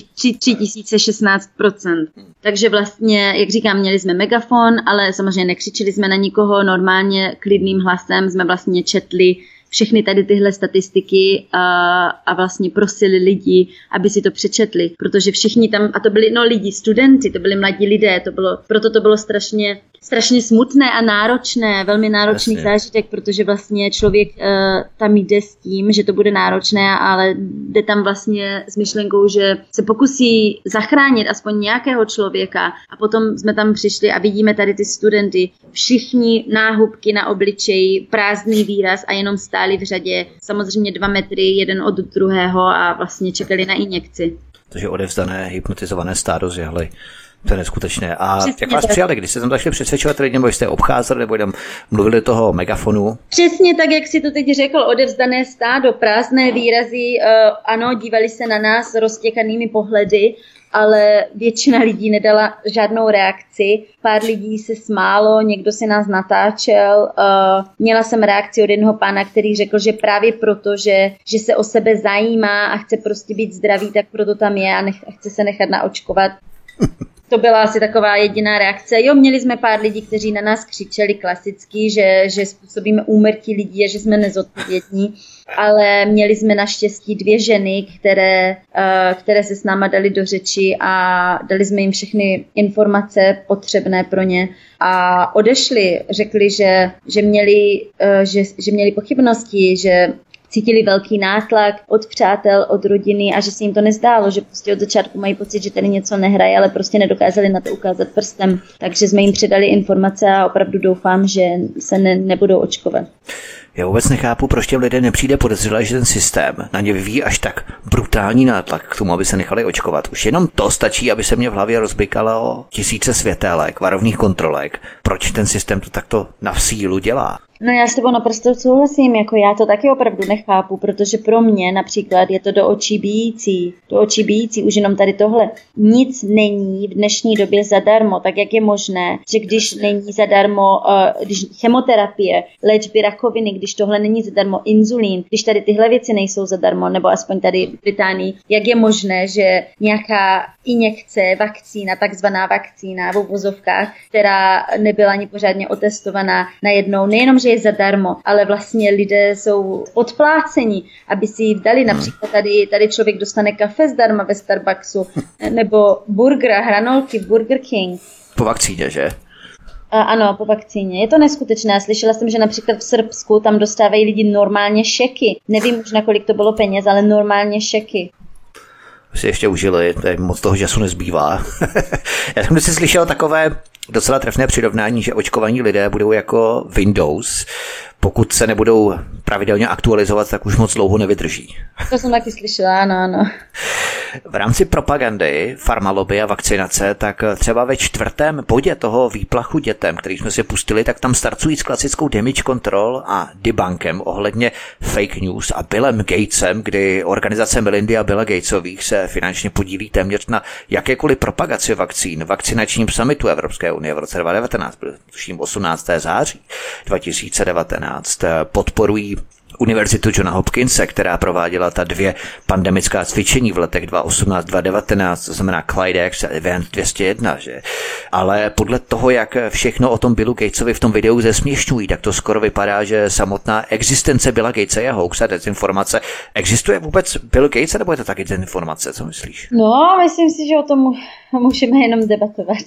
3016%. Takže vlastně, jak říkám, měli jsme megafon, ale samozřejmě nekřičeli jsme na nikoho, normálně klidným hlasem jsme vlastně četli všechny tady tyhle statistiky a vlastně prosili lidi, aby si to přečetli, protože všichni tam, a to byli lidi, studenti, to byli mladí lidé, proto to bylo strašně smutné a náročné, velmi náročný zážitek, protože vlastně člověk tam jde s tím, že to bude náročné, ale jde tam vlastně s myšlenkou, že se pokusí zachránit aspoň nějakého člověka a potom jsme tam přišli a vidíme tady ty studenty, všichni náhubky na obličeji, prázdný výraz a jenom stáli v řadě, samozřejmě 2 metry jeden od druhého a vlastně čekali na injekci. Takže odevzdané, hypnotizované stádo zjahly. To je neskutečné. A přesně jak vás přijali, když jste tam začali přesvědčovat lidi, nebo jste obcházeli, nebo tam mluvili toho megafonu? Přesně tak, jak si to teď řekl, odevzdané stádo, prázdné výrazy, ano, dívali se na nás roztěkanými pohledy, ale většina lidí nedala žádnou reakci. Pár lidí se smálo, někdo se nás natáčel. Měla jsem reakci od jednoho pána, který řekl, že právě proto, že se o sebe zajímá a chce prostě být zdravý, tak proto tam je a chce se nechat naočkovat. To byla asi taková jediná reakce. Jo, měli jsme pár lidí, kteří na nás křičeli klasicky, že způsobíme úmrtí lidí a že jsme nezodpovědní, ale měli jsme naštěstí 2 ženy, které se s náma dali do řeči a dali jsme jim všechny informace potřebné pro ně a odešli. Řekli, že měli pochybnosti, že cítili velký nátlak od přátel, od rodiny a že se jim to nezdálo, že prostě od začátku mají pocit, že tady něco nehraje, ale prostě nedokázali na to ukázat prstem. Takže jsme jim předali informace a opravdu doufám, že se nebudou očkovat. Já vůbec nechápu, proč těm lidem nepřijde podezřelé, že ten systém na ně vyvíjí až tak brutální nátlak k tomu, aby se nechali očkovat. Už jenom to stačí, aby se mě v hlavě rozbykalo tisíce světélek, varovných kontrolek. Proč ten systém to takto na sílu dělá? No já s tebou naprosto souhlasím, jako já to taky opravdu nechápu, protože pro mě například je to do očí bijící, už jenom tady tohle. Nic není v dnešní době zadarmo, tak jak je možné, že když není zadarmo když chemoterapie, léčby rakoviny, když tohle není zadarmo, inzulín, když tady tyhle věci nejsou zadarmo, nebo aspoň tady v Británii, jak je možné, že nějaká injekce, vakcína, takzvaná vakcína v uvozovkách, která nebyla ani pořádně otestovaná najednou, nejenom, že je zadarmo, ale vlastně lidé jsou odpláceni, aby si ji vdali. Například tady člověk dostane kafe zdarma ve Starbucksu, nebo burger, hranolky v Burger King. Po vakcíně, že? Ano, po vakcíně. Je to neskutečné. Slyšela jsem, že například v Srbsku tam dostávají lidi normálně šeky. Nevím už, na kolik to bylo peněz, ale normálně šeky. Si ještě užili, tady moc toho času nezbývá. Já jsem si slyšel takové docela trefné přirovnání, že očkovaní lidé budou jako Windows. Pokud se nebudou pravidelně aktualizovat, tak už moc dlouho nevydrží. To jsem taky slyšela, ano. V rámci propagandy, farmalobby a vakcinace, tak třeba ve 4. bodě toho výplachu dětem, který jsme si pustili, tak tam starcují s klasickou damage control a debunkem ohledně fake news a Billem Gatesem, kdy organizace Melindy a Billa Gatesových se finančně podílí téměř na jakékoliv propagaci vakcín. Vakcinačním summitu Evropské unie v roce 2019, tuším 18. září 2019, podporují Univerzitu Johna Hopkinse, která prováděla ta 2 pandemická cvičení v letech 2018-2019, to znamená Clydex a Event 201, že? Ale podle toho, jak všechno o tom Billu Gatesovi v tom videu zesměšňují, tak to skoro vypadá, že samotná existence Billa Gatese je hoax a dezinformace. Existuje vůbec Bill Gates, nebo je to taky dezinformace, co myslíš? No, myslím si, že o tom můžeme jenom debatovat.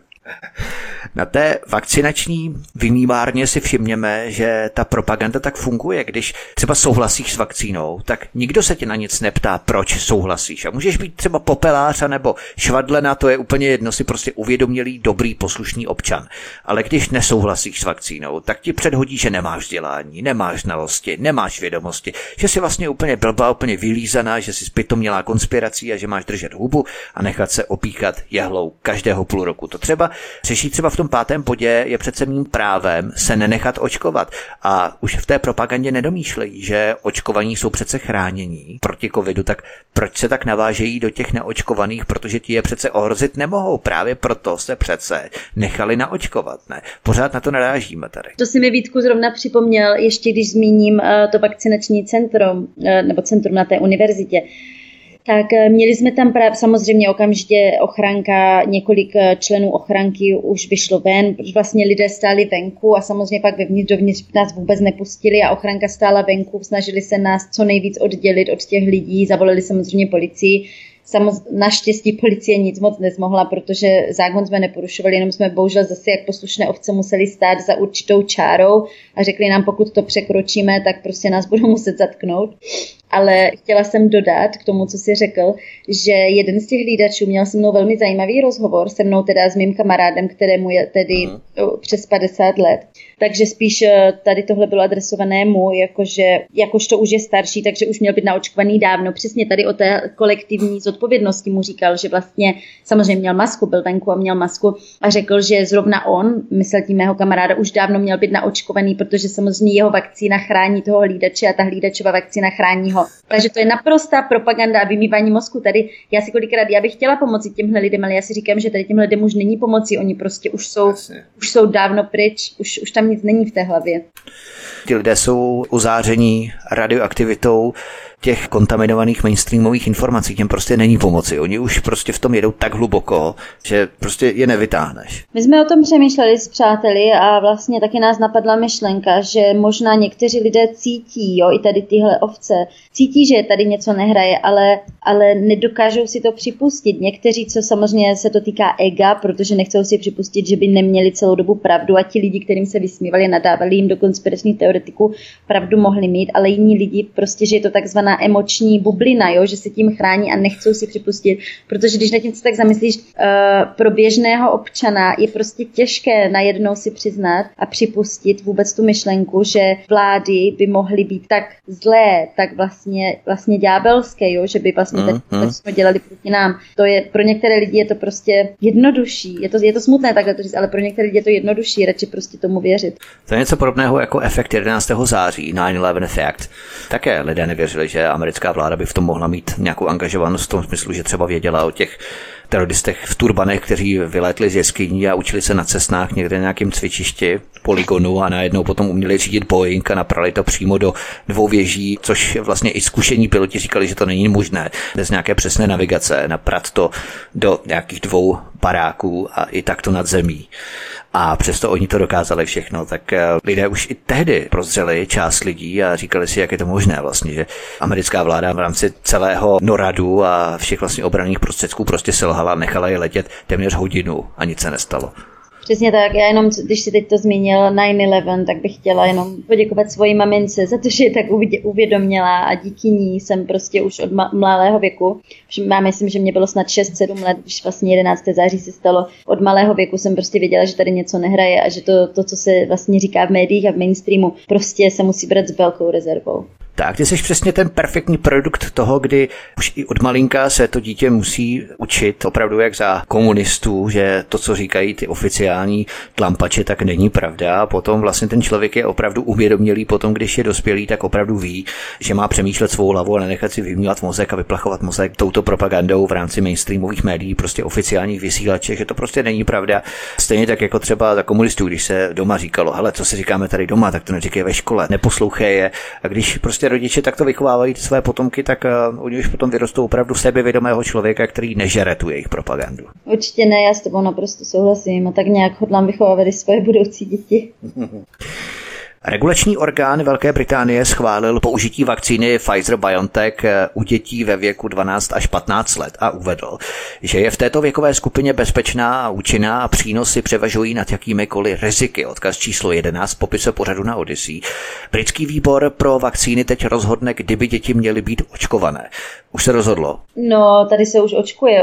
Na té vakcinační vymývárně si všimněme, že ta propaganda tak funguje. Když třeba souhlasíš s vakcínou, tak nikdo se tě na nic neptá, proč souhlasíš. A můžeš být třeba popelář nebo švadlena, to je úplně jedno, si prostě uvědomělý, dobrý, poslušný občan. Ale když nesouhlasíš s vakcínou, tak ti předhodí, že nemáš vzdělání, nemáš znalosti, nemáš vědomosti, že jsi vlastně úplně blbá, úplně vylízaná, že jsi zpytomělá konspirací a že máš držet hubu a nechat se opíkat jehlou každého půl roku. To třeba řeší třeba v tom 5. bodě, je přece mým právem se nenechat očkovat. A už v té propagandě nedomýšlejí, že očkovaní jsou přece chránění proti covidu, tak proč se tak navážejí do těch neočkovaných, protože ti je přece ohrozit nemohou. Právě proto se přece nechali naočkovat. Ne? Pořád na to narážíme tady. To si mi, Vítku, zrovna připomněl, ještě když zmíním to vakcinační centrum, nebo centrum na té univerzitě. Tak měli jsme tam právě samozřejmě okamžitě ochranka, několik členů ochranky už vyšlo ven, vlastně lidé stáli venku a samozřejmě pak dovnitř nás vůbec nepustili a ochranka stála venku, snažili se nás co nejvíc oddělit od těch lidí, zavolali samozřejmě policii. Naštěstí policie nic moc nezmohla, protože zákon jsme neporušovali, jenom jsme bohužel zase jak poslušné ovce museli stát za určitou čárou a řekli nám, pokud to překročíme, tak prostě nás budou muset zatknout. Ale chtěla jsem dodat k tomu, co jsi řekl, že jeden z těch hlídačů měl se mnou velmi zajímavý rozhovor, se mnou teda s mým kamarádem, kterému je tedy přes 50 let. Takže spíš tady tohle bylo adresované mu, jakožto už je starší, takže už měl být naočkovaný dávno. Přesně tady o té kolektivní zodpovědnosti mu říkal, že vlastně samozřejmě měl masku, byl venku a měl masku a řekl, že zrovna on, myslel tím mého kamaráda, už dávno měl být naočkovaný, protože samozřejmě jeho vakcína chrání toho hlídače a ta hlídačova vakcína chrání ho. Takže to je naprostá propaganda a vymývání mozku. Tady já bych chtěla pomoci těmhle lidem, ale já si říkám, že tady těmhle lidem už není pomoci, oni prostě už jsou dávno pryč, už tam nic není v té hlavě. Ti lidé jsou uzáření radioaktivitou těch kontaminovaných mainstreamových informací, těm prostě není pomoci. Oni už prostě v tom jedou tak hluboko, že prostě je nevytáhneš. My jsme o tom přemýšleli s přáteli a vlastně taky nás napadla myšlenka, že možná někteří lidé cítí, i tady tyhle ovce, cítí, že tady něco nehraje, ale nedokážou si to připustit. Někteří, co samozřejmě se to týká ega, protože nechcou si připustit, že by neměli celou dobu pravdu a ti lidi, kterým se vysmívali, nadávali jim do konspiračních teoretiků, pravdu mohli mít, ale jiní lidi prostě, že je to takzvaná emoční bublina, že se tím chrání a nechcou si připustit, protože když nad tím se tak zamyslíš, pro běžného občana je prostě těžké najednou si přiznat a připustit vůbec tu myšlenku, že vlády by mohly být tak zlé, tak vlastně ďábelské, že by vlastně tak jsme dělali proti nám. To je, pro některé lidi je to prostě jednodušší. Je to smutné takhle to říct, ale pro některé lidi je to jednodušší, radši prostě tomu věřit. To je něco podobného jako efekt 11. září, 9/11 effect. Také lidé nevěřili, že americká vláda by v tom mohla mít nějakou angažovanost v tom smyslu, že třeba věděla o těch teroristech v turbanech, kteří vylétli z jeskyní a učili se na cestách někde na nějakém cvičišti, polygonu a najednou potom uměli řídit Boeing a naprali to přímo do 2 věží, což vlastně i zkušení piloti říkali, že to není možné. Bez nějaké přesné navigace naprat to do nějakých 2 baráků a i takto nad zemí. A přesto oni to dokázali všechno, tak lidé už i tehdy prozřeli část lidí a říkali si, jak je to možné vlastně, že americká vláda v rámci celého NORADu a všech vlastně obranných prostředků prostě selhala, nechala je letět téměř hodinu a nic se nestalo. Přesně tak, já jenom, když si teď to zmínil 9/11, tak bych chtěla jenom poděkovat svojí mamince za to, že je tak uvědomila a díky ní jsem prostě už od malého věku, já myslím, že mě bylo snad 6-7 let, když vlastně 11. září se stalo, od malého věku jsem prostě věděla, že tady něco nehraje a že to co se vlastně říká v médiích a v mainstreamu, prostě se musí brát s velkou rezervou. Tak, ty jsi přesně ten perfektní produkt toho, kdy už i od malinka se to dítě musí učit opravdu jak za komunistů, že to, co říkají ty oficiální tlampače, tak není pravda. A potom vlastně ten člověk je opravdu uvědomělý potom, když je dospělý, tak opravdu ví, že má přemýšlet svou hlavou a nenechat si vyměňovat mozek a vyplachovat mozek touto propagandou v rámci mainstreamových médií, prostě oficiálních vysílaček, že to prostě není pravda. Stejně tak jako třeba za komunistů, když se doma říkalo, hele, co si říkáme tady doma, tak to neříkej ve škole, neposlouchej je. A když prostě rodiče takto vychovávají ty své potomky, tak oni už potom vyrostou opravdu sebevědomého člověka, který nežere tu jejich propagandu. Určitě ne, já s tebou naprosto souhlasím a tak nějak hodlám vychovávat i svoje budoucí děti. Regulační orgán Velké Británie schválil použití vakcíny Pfizer-BioNTech u dětí ve věku 12 až 15 let a uvedl, že je v této věkové skupině bezpečná a účinná a přínosy převažují nad jakýmikoliv riziky. Odkaz číslo 11 v popise pořadu na Odyssey. Britský výbor pro vakcíny teď rozhodne, kdyby děti měly být očkované. Už se rozhodlo? No, tady se už očkuje,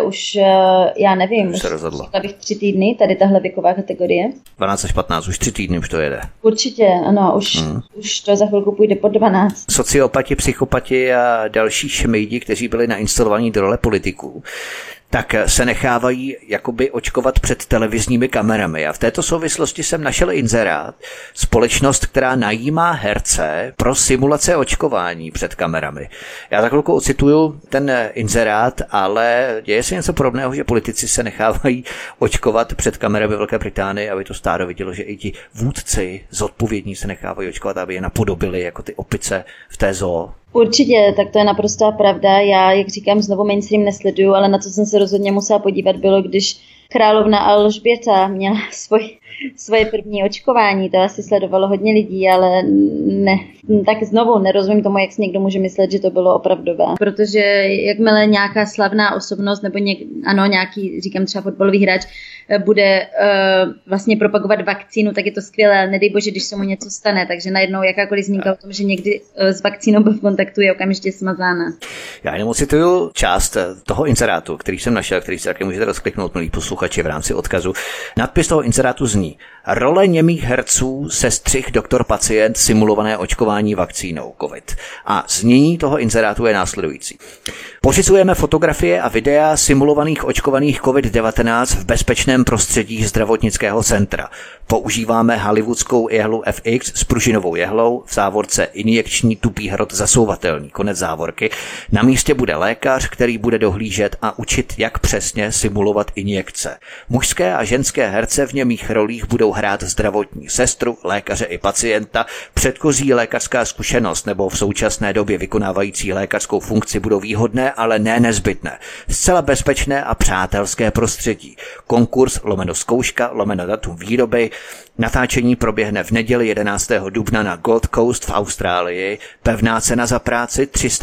já nevím. Už se rozhodlo. Řekla bych 3 týdny, tady tahle věková kategorie. 12 až 15, už 3 týdny už to jede. Určitě, ano, už to za chvilku půjde pod 12. Sociopati, psychopati a další šmejdi, kteří byli nainstalovaní do role politiků, tak se nechávají jakoby očkovat před televizními kamerami. A v této souvislosti jsem našel inzerát, společnost, která najímá herce pro simulace očkování před kamerami. Já za chvilku ocituju ten inzerát, ale děje se něco podobného, že politici se nechávají očkovat před kamerami Velké Británie, aby to stádo vidělo, že i ti vůdci zodpovědní se nechávají očkovat, aby je napodobili jako ty opice v té zoo. Určitě, tak to je naprostá pravda. Já, jak říkám, znovu mainstream nesleduju, ale na co jsem se rozhodně musela podívat, bylo, když královna Alžběta měla svoje první očkování. To asi sledovalo hodně lidí, ale ne. Tak znovu nerozumím tomu, jak si někdo může myslet, že to bylo opravdové. Protože jakmile nějaká slavná osobnost nebo nějaký, říkám třeba fotbalový hráč, bude vlastně propagovat vakcínu, tak je to skvělé. Nedej bože, když se mu něco stane. Takže najednou jakákoliv zmínka o tom, že někdy s vakcínou byl v kontaktu, je okamžitě smazána. Já jenom ocituju část toho inzerátu, který jsem našel, který si také můžete rozkliknout, milí posluchači, v rámci odkazu. Nadpis toho inzerátu zní: Role němých herců, sestřih, doktor, pacient, simulované očkování vakcínou COVID. A znění toho inzerátu je následující. Pořizujeme fotografie a videa simulovaných očkovaných COVID-19 v bezpečném prostředí zdravotnického centra. Používáme hollywoodskou jehlu FX s pružinovou jehlou, v závorce injekční tupý hrot zasouvatelný, konec závorky. Na místě bude lékař, který bude dohlížet a učit, jak přesně simulovat injekce. Mužské a ženské herce v němých rolích budou hrát zdravotní sestru, lékaře i pacienta. Předchozí lékařská zkušenost nebo v současné době vykonávající lékařskou funkci budou výhodné, ale ne nezbytné. Zcela bezpečné a přátelské prostředí. Konkurs / zkouška / datum výroby. Natáčení proběhne v neděli 11. dubna na Gold Coast v Austrálii. Pevná cena za práci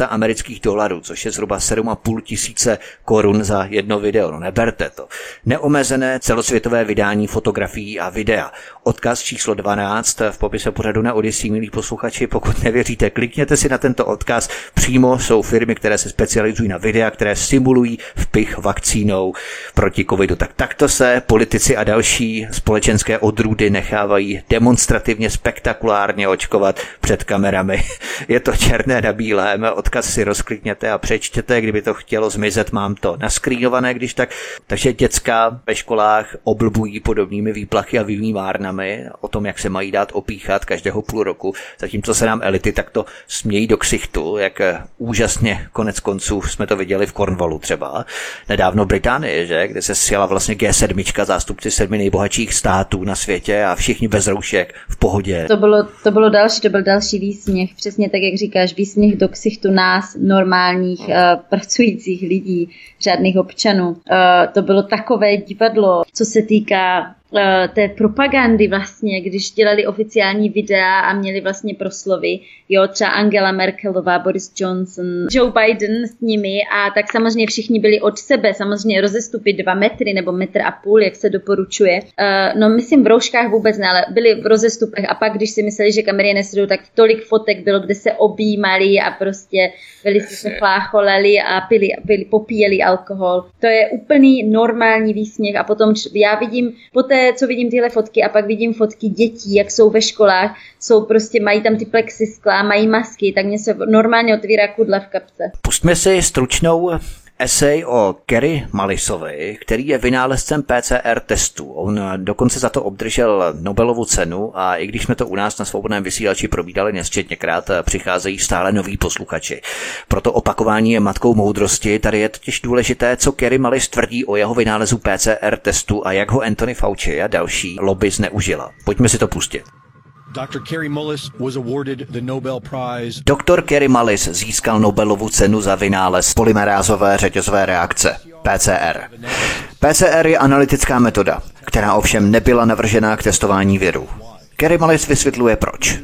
$300, což je zhruba 7,5 tisíce korun za jedno video. No neberte to. Neomezené celosvětové vydání fotografií a videa. Odkaz číslo 12 v popise pořadu na Odyssey, milí posluchači. Pokud nevěříte, klikněte si na tento odkaz. Přímo jsou firmy, které se specializují na videa, které simulují vpich vakcínou proti covidu. Tak takto se politici a další společenské odrůdy nechávají demonstrativně spektakulárně očkovat před kamerami. Je to černé na bílém, odkaz si rozklikněte a přečtěte, kdyby to chtělo zmizet, mám to naskrínované, když tak. Takže děcka ve školách oblbují podobnými výplachy a výmárnami o tom, jak se mají dát opíchat každého půl roku, zatímco se nám elity takto smějí do ksichtu, jak úžasně konec konců jsme to viděli v Cornwallu třeba. Nedávno Británie, že? Kde se sjela vlastně G7, zástupci 7 nejbohatších států na světě a všichni bez roušek, v pohodě. To byl další výsměch, přesně tak, jak říkáš, výsměch do ksichtu nás, normálních pracujících lidí, řádných občanů. To bylo takové divadlo, co se týká té propagandy vlastně, když dělali oficiální videa a měli vlastně proslovy, jo, třeba Angela Merkelová, Boris Johnson, Joe Biden s nimi a tak samozřejmě všichni byli od sebe, samozřejmě rozestupy 2 metry nebo 1,5 metru, jak se doporučuje. No myslím v rouškách vůbec ne, ale byli v rozestupech a pak, když si mysleli, že kamery nesledou, tak tolik fotek bylo, kde se objímali a prostě velice se chlácholeli a popíjeli alkohol. To je úplný normální výsměch a potom já vidím, poté co vidím tyhle fotky a pak vidím fotky dětí, jak jsou ve školách, mají tam ty plexiskla a mají masky, tak mě se normálně otvírá kudla v kapse. Pustme si stručnou esej o Kerry Mullisovi, který je vynálezcem PCR testů. On dokonce za to obdržel Nobelovu cenu a i když jsme to u nás na Svobodném vysílači probídali nesčetněkrát, přicházejí stále noví posluchači. Proto opakování je matkou moudrosti. Tady je totiž důležité, co Kerry Mullis tvrdí o jeho vynálezu PCR testu a jak ho Anthony Fauci a další lobby zneužila. Pojďme si to pustit. Dr. Kerry Mullis získal Nobelovu cenu za vynález polymerázové řetězové reakce, PCR. PCR je analytická metoda, která ovšem nebyla navržená k testování viru. Kerry Mullis vysvětluje proč.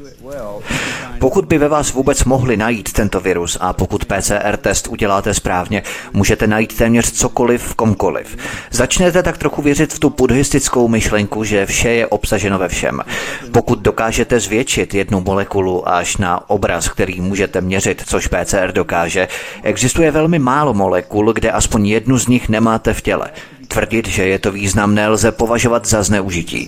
Pokud by ve vás vůbec mohli najít tento virus a pokud PCR test uděláte správně, můžete najít téměř cokoliv v komkoliv. Začnete tak trochu věřit v tu buddhistickou myšlenku, že vše je obsaženo ve všem. Pokud dokážete zvětšit jednu molekulu až na obraz, který můžete měřit, což PCR dokáže, existuje velmi málo molekul, kde aspoň jednu z nich nemáte v těle. Tvrdit, že je to významné, lze považovat za zneužití.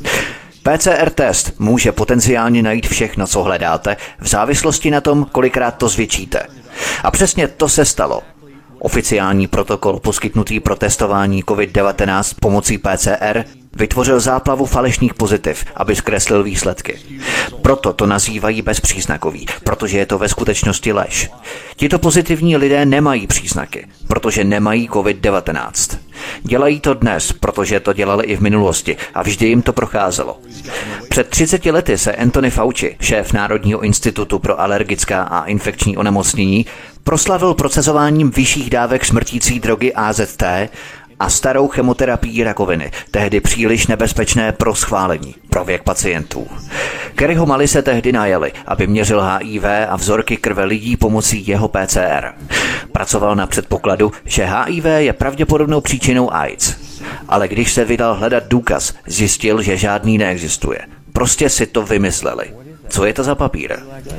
PCR test může potenciálně najít všechno, co hledáte, v závislosti na tom, kolikrát to zvětšíte. A přesně to se stalo. Oficiální protokol poskytnutý pro testování COVID-19 pomocí PCR vytvořil záplavu falešných pozitiv, aby zkreslil výsledky. Proto to nazývají bezpříznakový, protože je to ve skutečnosti lež. Tito pozitivní lidé nemají příznaky, protože nemají COVID-19. Dělají to dnes, protože to dělali i v minulosti a vždy jim to procházelo. Před 30 lety se Anthony Fauci, šéf Národního institutu pro alergická a infekční onemocnění, proslavil procesováním vyšších dávek smrtící drogy AZT a starou chemoterapii rakoviny, tehdy příliš nebezpečné pro schválení, pro věk pacientů. Kerryho Mullise tehdy najeli, aby měřil HIV a vzorky krve lidí pomocí jeho PCR. Pracoval na předpokladu, že HIV je pravděpodobnou příčinou AIDS. Ale když se vydal hledat důkaz, zjistil, že žádný neexistuje. Prostě si to vymysleli. Co je to za papír?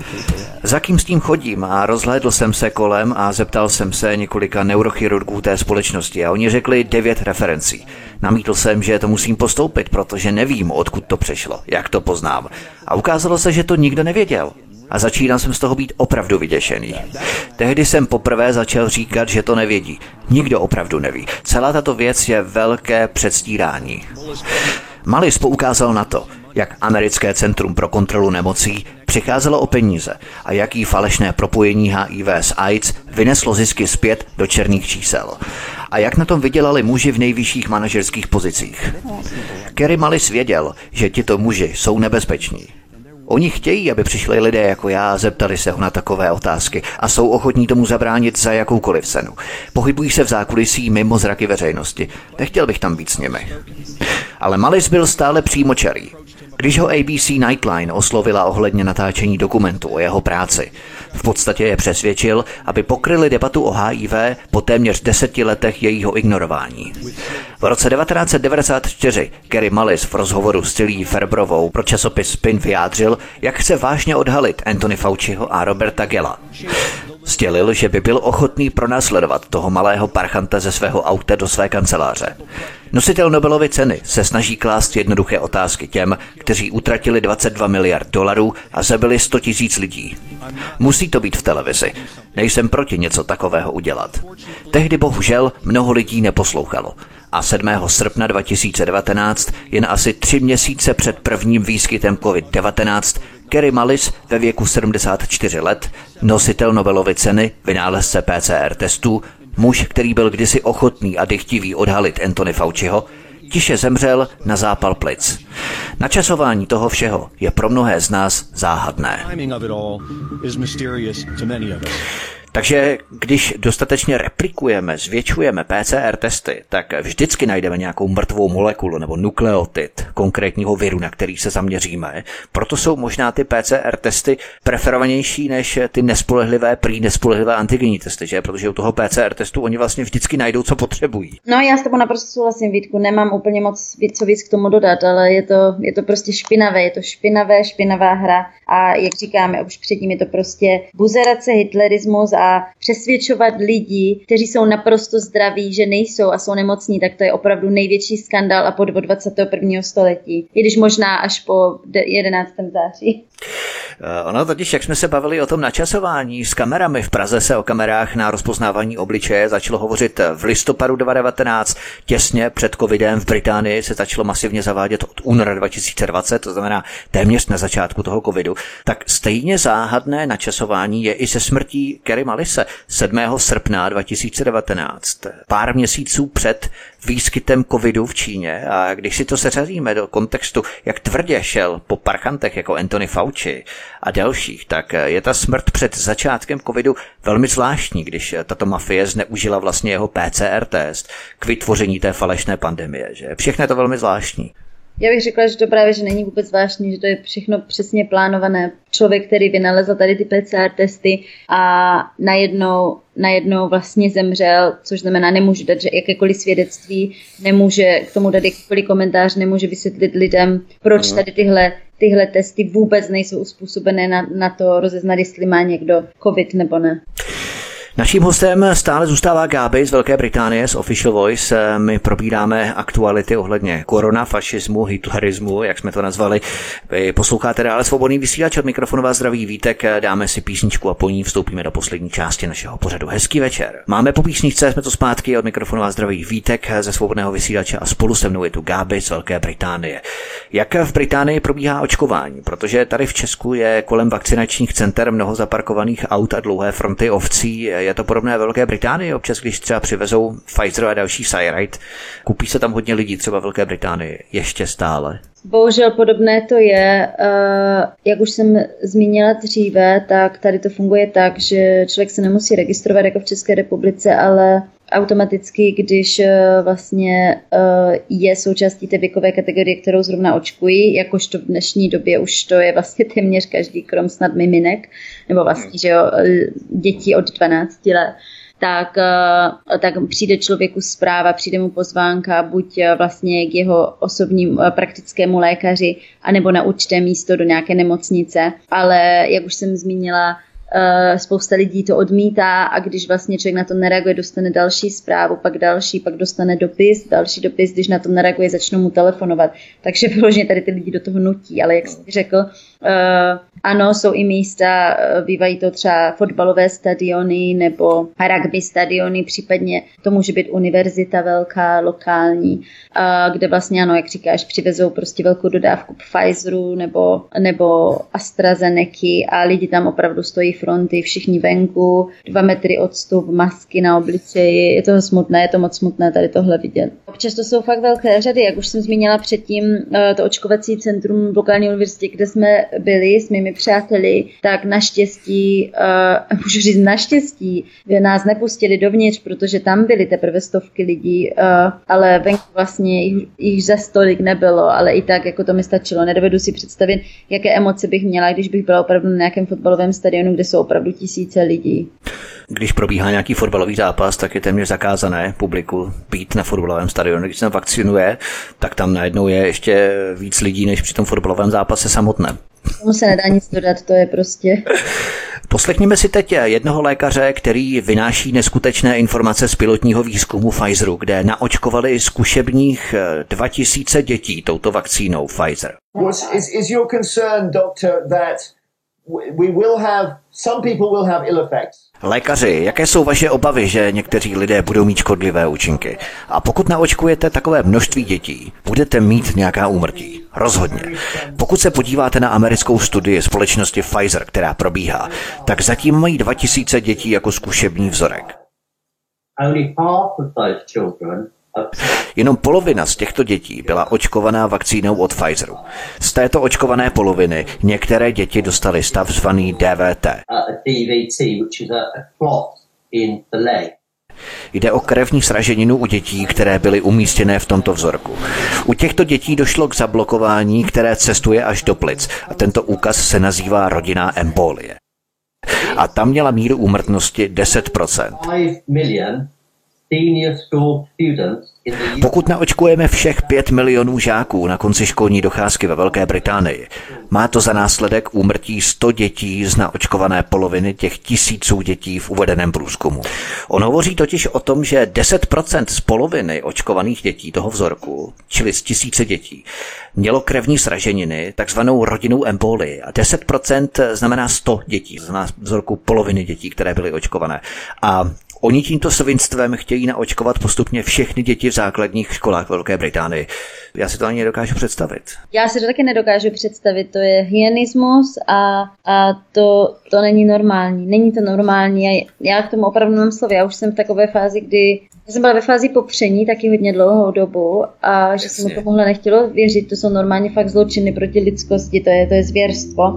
Za kým s tím chodím a rozhlédl jsem se kolem a zeptal jsem se několika neurochirurgů té společnosti a oni řekli 9 referencí. Namítl jsem, že to musím postoupit, protože nevím, odkud to přešlo, jak to poznám. A ukázalo se, že to nikdo nevěděl. A začínal jsem z toho být opravdu vyděšený. Tehdy jsem poprvé začal říkat, že to nevědí. Nikdo opravdu neví. Celá tato věc je velké předstírání. Mullis poukázal na to, jak americké centrum pro kontrolu nemocí přicházelo o peníze a jaký falešné propojení HIV s AIDS vyneslo zisky zpět do černých čísel. A jak na tom vydělali muži v nejvyšších manažerských pozicích. Kerry Mullis věděl, že tito muži jsou nebezpeční. Oni chtějí, aby přišli lidé jako já a zeptali se ho na takové otázky a jsou ochotní tomu zabránit za jakoukoliv cenu. Pohybují se v zákulisí mimo zraky veřejnosti. Nechtěl bych tam být s nimi. Ale Mullis byl stále přímočarý. Když ho ABC Nightline oslovila ohledně natáčení dokumentu o jeho práci, v podstatě je přesvědčil, aby pokryli debatu o HIV po téměř 10 letech jejího ignorování. V roce 1994 Kerry Mullis v rozhovoru s Tilly Ferberovou pro časopis Spin vyjádřil, jak chce vážně odhalit Anthony Fauciho a Roberta Gella. Sdělil, že by byl ochotný pronásledovat toho malého parchanta ze svého auta do své kanceláře. Nositel Nobelovy ceny se snaží klást jednoduché otázky těm, kteří utratili 22 miliard dolarů a zabili 100 000 lidí. Musí to být v televizi. Nejsem proti něco takového udělat. Tehdy bohužel mnoho lidí neposlouchalo. A 7. srpna 2019, jen asi 3 měsíce před prvním výskytem COVID-19, Kerry Mullis ve věku 74 let, nositel Nobelovy ceny, vynálezce PCR testů, muž, který byl kdysi ochotný a dychtivý odhalit Anthony Fauciho, tiše zemřel na zápal plic. Načasování toho všeho je pro mnohé z nás záhadné. Takže když dostatečně replikujeme, zvětšujeme PCR testy, tak vždycky najdeme nějakou mrtvou molekulu nebo nukleotid konkrétního viru, na který se zaměříme. Proto jsou možná ty PCR testy preferovanější než ty nespolehlivé antigenní testy, že? Protože u toho PCR testu oni vlastně vždycky najdou, co potřebují. No já s tebou naprosto souhlasím, Vítku, nemám úplně moc co víc k tomu dodat, ale je to prostě špinavé, je to špinavá hra a jak říkáme už předtím, je to prostě buzerace, hitlerismus a přesvědčovat lidi, kteří jsou naprosto zdraví, že nejsou a jsou nemocní, tak to je opravdu největší skandál a podvod 21. století. I když možná až po 11. září. Ono totiž, jak jsme se bavili o tom načasování s kamerami, v Praze se o kamerách na rozpoznávání obličeje začalo hovořit v listopadu 2019, těsně před covidem. V Británii se začalo masivně zavádět od února 2020, to znamená téměř na začátku toho covidu. Tak stejně záhadné načasování je i se smrtí Carey Mallise 7. srpna 2019, pár měsíců před výskytem covidu v Číně. A když si to seřadíme do kontextu, jak tvrdě šel po parchantech jako Anthony Fauci a dalších, tak je ta smrt před začátkem covidu velmi zvláštní, když tato mafie zneužila vlastně jeho PCR test k vytvoření té falešné pandemie. Že? Všechno je to velmi zvláštní. Já bych řekla, že to právě že není vůbec zvláštní, že to je všechno přesně plánované. Člověk, který vynalezl tady ty PCR testy a najednou vlastně zemřel, což znamená, nemůže dát jakékoliv svědectví, nemůže k tomu dát jakýkoliv komentář, nemůže vysvětlit lidem, proč tady tyhle testy vůbec nejsou uspůsobené na to rozeznat, jestli má někdo covid nebo ne. Naším hostem stále zůstává Gáby z Velké Británie, z Official Voice. My probíráme aktuality ohledně koronafašismu, hitlerismu, jak jsme to nazvali. Vy posloucháte dále Svobodný vysílač, od mikrofonu vás zdraví Vítek. Dáme si písničku a po ní vstoupíme do poslední části našeho pořadu. Hezký večer. Máme po písničce, jsme to zpátky, od mikrofonu vás zdraví Vítek ze Svobodného vysílače a spolu se mnou je tu Gáby z Velké Británie. Jak v Británii probíhá očkování? Protože tady v Česku je kolem vakcinačních center mnoho zaparkovaných aut a dlouhé fronty ovcí. Je to podobné Velké Británii? Občas, když třeba přivezou Pfizer a další Cyrite, kupí se tam hodně lidí třeba v Velké Británii ještě stále? Bohužel podobné to je. Jak už jsem zmínila dříve, tak tady to funguje tak, že člověk se nemusí registrovat jako v České republice, ale automaticky, když vlastně je součástí té věkové kategorie, kterou zrovna očkují, jakožto v dnešní době už to je vlastně téměř každý, krom snad miminek, nebo vlastně, že jo, děti od 12 let, tak přijde člověku zpráva, přijde mu pozvánka, buď vlastně k jeho osobním praktickému lékaři, anebo na určité místo do nějaké nemocnice. Ale jak už jsem zmínila, spousta lidí to odmítá a když vlastně člověk na to nereaguje, dostane další zprávu, pak další, pak dostane dopis, další dopis, když na to nereaguje, začnou mu telefonovat. Takže vyloženě tady ty lidi do toho nutí, ale jak jsi řekl, ano, jsou i místa, bývají to třeba fotbalové stadiony nebo rugby stadiony, případně to může být univerzita velká, lokální, kde vlastně, ano, jak říkáš, přivezou prostě velkou dodávku Pfizeru nebo AstraZeneky a lidi tam opravdu stojí fronty, všichni venku, 2 metry odstup, masky na obličeji, je to smutné, je to moc smutné tady tohle vidět. Občas to jsou fakt velké řady, jak už jsem zmínila předtím, to očkovací centrum v lokální univerzitě, kde jsme byli s mými přáteli, tak naštěstí, můžu říct naštěstí, že nás nepustili dovnitř, protože tam byly teprve stovky lidí, ale venku vlastně jich za stolik nebylo, ale i tak jako to mi stačilo. Nedovedu si představit, jaké emoce bych měla, když bych byla opravdu na nějakém fotbalovém stadionu, kde jsou opravdu tisíce lidí. Když probíhá nějaký fotbalový zápas, tak je téměř zakázané publiku být na fotbalovém stadionu. Když se tam vakcinuje, tak tam najednou je ještě víc lidí, než při tom fotbalovém zápase samotném. Tomu se nedá nic dodat, to je prostě... Poslechněme si teď jednoho lékaře, který vynáší neskutečné informace z pilotního výzkumu Pfizeru, kde naočkovali zkušebních 2000 dětí touto vakcínou Pfizer. Is your concern, doctor, that some people will have ill effects? Lékaři, jaké jsou vaše obavy, že někteří lidé budou mít škodlivé účinky? A pokud naočkujete takové množství dětí, budete mít nějaká úmrtí. Rozhodně. Pokud se podíváte na americkou studii společnosti Pfizer, která probíhá, tak zatím mají 2000 dětí jako zkušební vzorek. Jenom polovina z těchto dětí byla očkovaná vakcínou od Pfizeru. Z této očkované poloviny některé děti dostaly stav zvaný DVT. Jde o krevní sraženinu u dětí, které byly umístěné v tomto vzorku. U těchto dětí došlo k zablokování, které cestuje až do plic a tento úkaz se nazývá rodinná embolie. A tam měla míru úmrtnosti 10%. senior school students in the Pokud naočkujeme všech 5 milionů žáků na konci školní docházky ve Velké Británii, má to za následek úmrtí 100 dětí z naočkované poloviny těch tisíců dětí v uvedeném průzkumu. On hovoří totiž o tom, že 10% z poloviny očkovaných dětí toho vzorku, čili z tisíce dětí, mělo krevní sraženiny, takzvanou rodinnou embolii. A 10% znamená 100 dětí, znamená vzorku poloviny dětí, které byly očkované. A oni tímto svinstvem chtějí naočkovat postupně všechny děti v základních školách Velké Británii. Já si to ani nedokážu představit. Já si to taky nedokážu představit. To je hyenismus a to není normální. Není to normální a já k tomu opravdu mám slovo. Já už jsem v takové fázi, kdy jsem byla ve fázi popření taky hodně dlouhou dobu a že jsem tomuhle nechtělo věřit. To jsou normálně fakt zločiny proti lidskosti, to je zvěrstvo.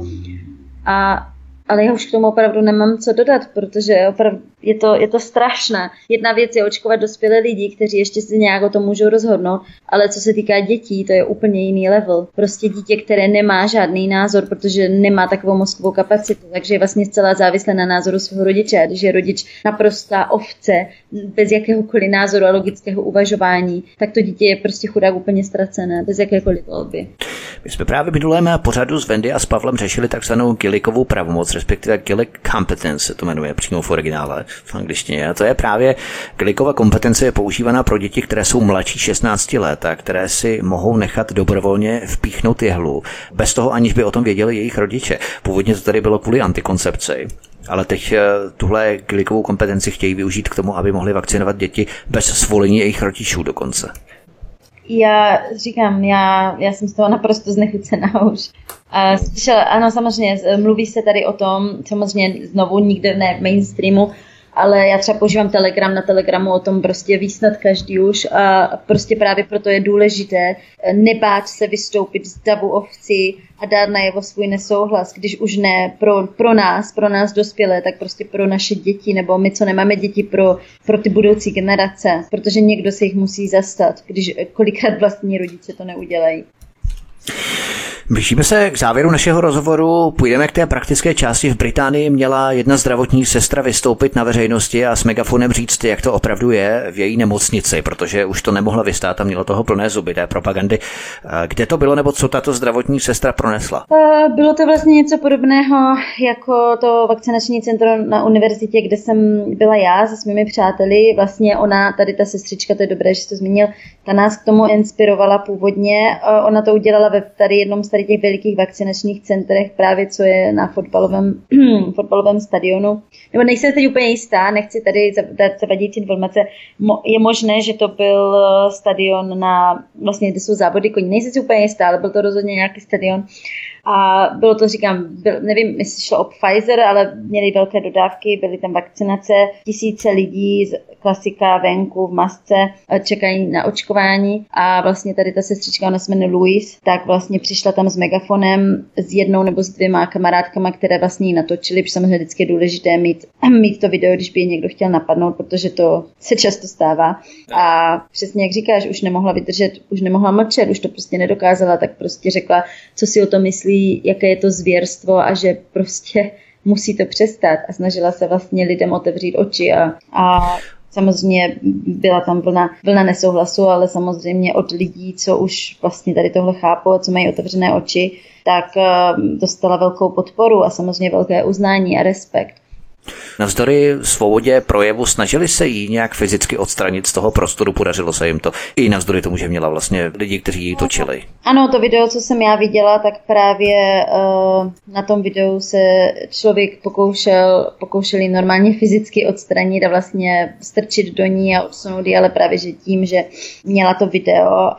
Ale já už k tomu opravdu nemám co dodat, protože opravdu je to strašné. Jedna věc je očkovat dospělé lidi, kteří ještě si nějak o tom můžou rozhodnout, ale co se týká dětí, to je úplně jiný level. Prostě dítě, které nemá žádný názor, protože nemá takovou mozkovou kapacitu, takže je vlastně zcela závislé na názoru svého rodiče. A když je rodič naprostá ovce, bez jakéhokoliv názoru a logického uvažování, tak to dítě je prostě chudák úplně ztracené, bez jakékoliv volby. My jsme právě v minulém pořadu s Wendy a s Pavlem řešili takzvanou Gillickovu pravomoc, respektive Gillick competence se to jmenuje přímo v originále v angličtině. A to je právě Gillickova kompetence je používaná pro děti, které jsou mladší 16 let a které si mohou nechat dobrovolně vpíchnout jehlu, bez toho aniž by o tom věděli jejich rodiče. Původně to tady bylo kvůli antikoncepci. Ale teď tuhle Gillickovu kompetenci chtějí využít k tomu, aby mohli vakcinovat děti bez svolení jejich rodičů dokonce. Já říkám, já jsem z toho naprosto znechucená už. Slyšela, ano, samozřejmě, mluví se tady o tom, samozřejmě znovu nikde ne v mainstreamu, ale já třeba používám Telegram, na Telegramu o tom prostě ví snad každý už a prostě právě proto je důležité nebát se vystoupit z davu ovci a dát najevo svůj nesouhlas, když už ne pro nás dospělé, tak prostě pro naše děti, nebo my, co nemáme děti, pro ty budoucí generace, protože někdo se jich musí zastat, když kolikrát vlastní rodiče to neudělají. Blížíme se k závěru našeho rozhovoru, půjdeme k té praktické části. V Británii měla jedna zdravotní sestra vystoupit na veřejnosti a s megafonem říct, jak to opravdu je v její nemocnici, protože už to nemohla vystát a mělo toho plné zuby té propagandy. Kde to bylo, nebo co tato zdravotní sestra pronesla? Bylo to vlastně něco podobného jako to vakcinační centrum na univerzitě, kde jsem byla já se svými přáteli. Vlastně ona, tady ta sestřička, to je dobré, že jsi to zmínil, ta nás k tomu inspirovala původně. Ona to udělala ve tady jednom z těch velikých vakcinačních centrech, právě co je na fotbalovém stadionu. Nebo nejsem teď úplně jistá, nechci tady dát zavadící informace. Je možné, že to byl stadion na, vlastně kde jsou závody koní. Nejsem si úplně jistá, ale byl to rozhodně nějaký stadion. A bylo to, říkám, nevím, jestli šlo o Pfizer, ale měli velké dodávky, byly tam vakcinace, tisíce lidí, klasika venku v masce, čekají na očkování a vlastně tady ta sestřička, ona se jmenuje Louise, tak vlastně přišla tam s megafonem s jednou nebo s dvěma kamarádkama, které vlastně ji natočily, protože samozřejmě vždycky je důležité mít to video, když by je někdo chtěl napadnout, protože to se často stává. A přesně jak říkáš, už nemohla vydržet, už nemohla mlčet, už to prostě nedokázala, tak prostě řekla, co si o tom myslí, jaké je to zvěrstvo a že prostě musí to přestat a snažila se vlastně lidem otevřít oči a samozřejmě byla tam vlna nesouhlasu, ale samozřejmě od lidí, co už vlastně tady tohle chápou a co mají otevřené oči, tak dostala velkou podporu a samozřejmě velké uznání a respekt. Navzdory svobodě projevu snažili se jí nějak fyzicky odstranit z toho prostoru, podařilo se jim to. I navzdory tomu, že měla vlastně lidi, kteří ji točili. Ano, to video, co jsem já viděla, tak právě na tom videu se člověk pokoušel jí normálně fyzicky odstranit a vlastně strčit do ní a odsunout ji, ale právě že tím, že měla to video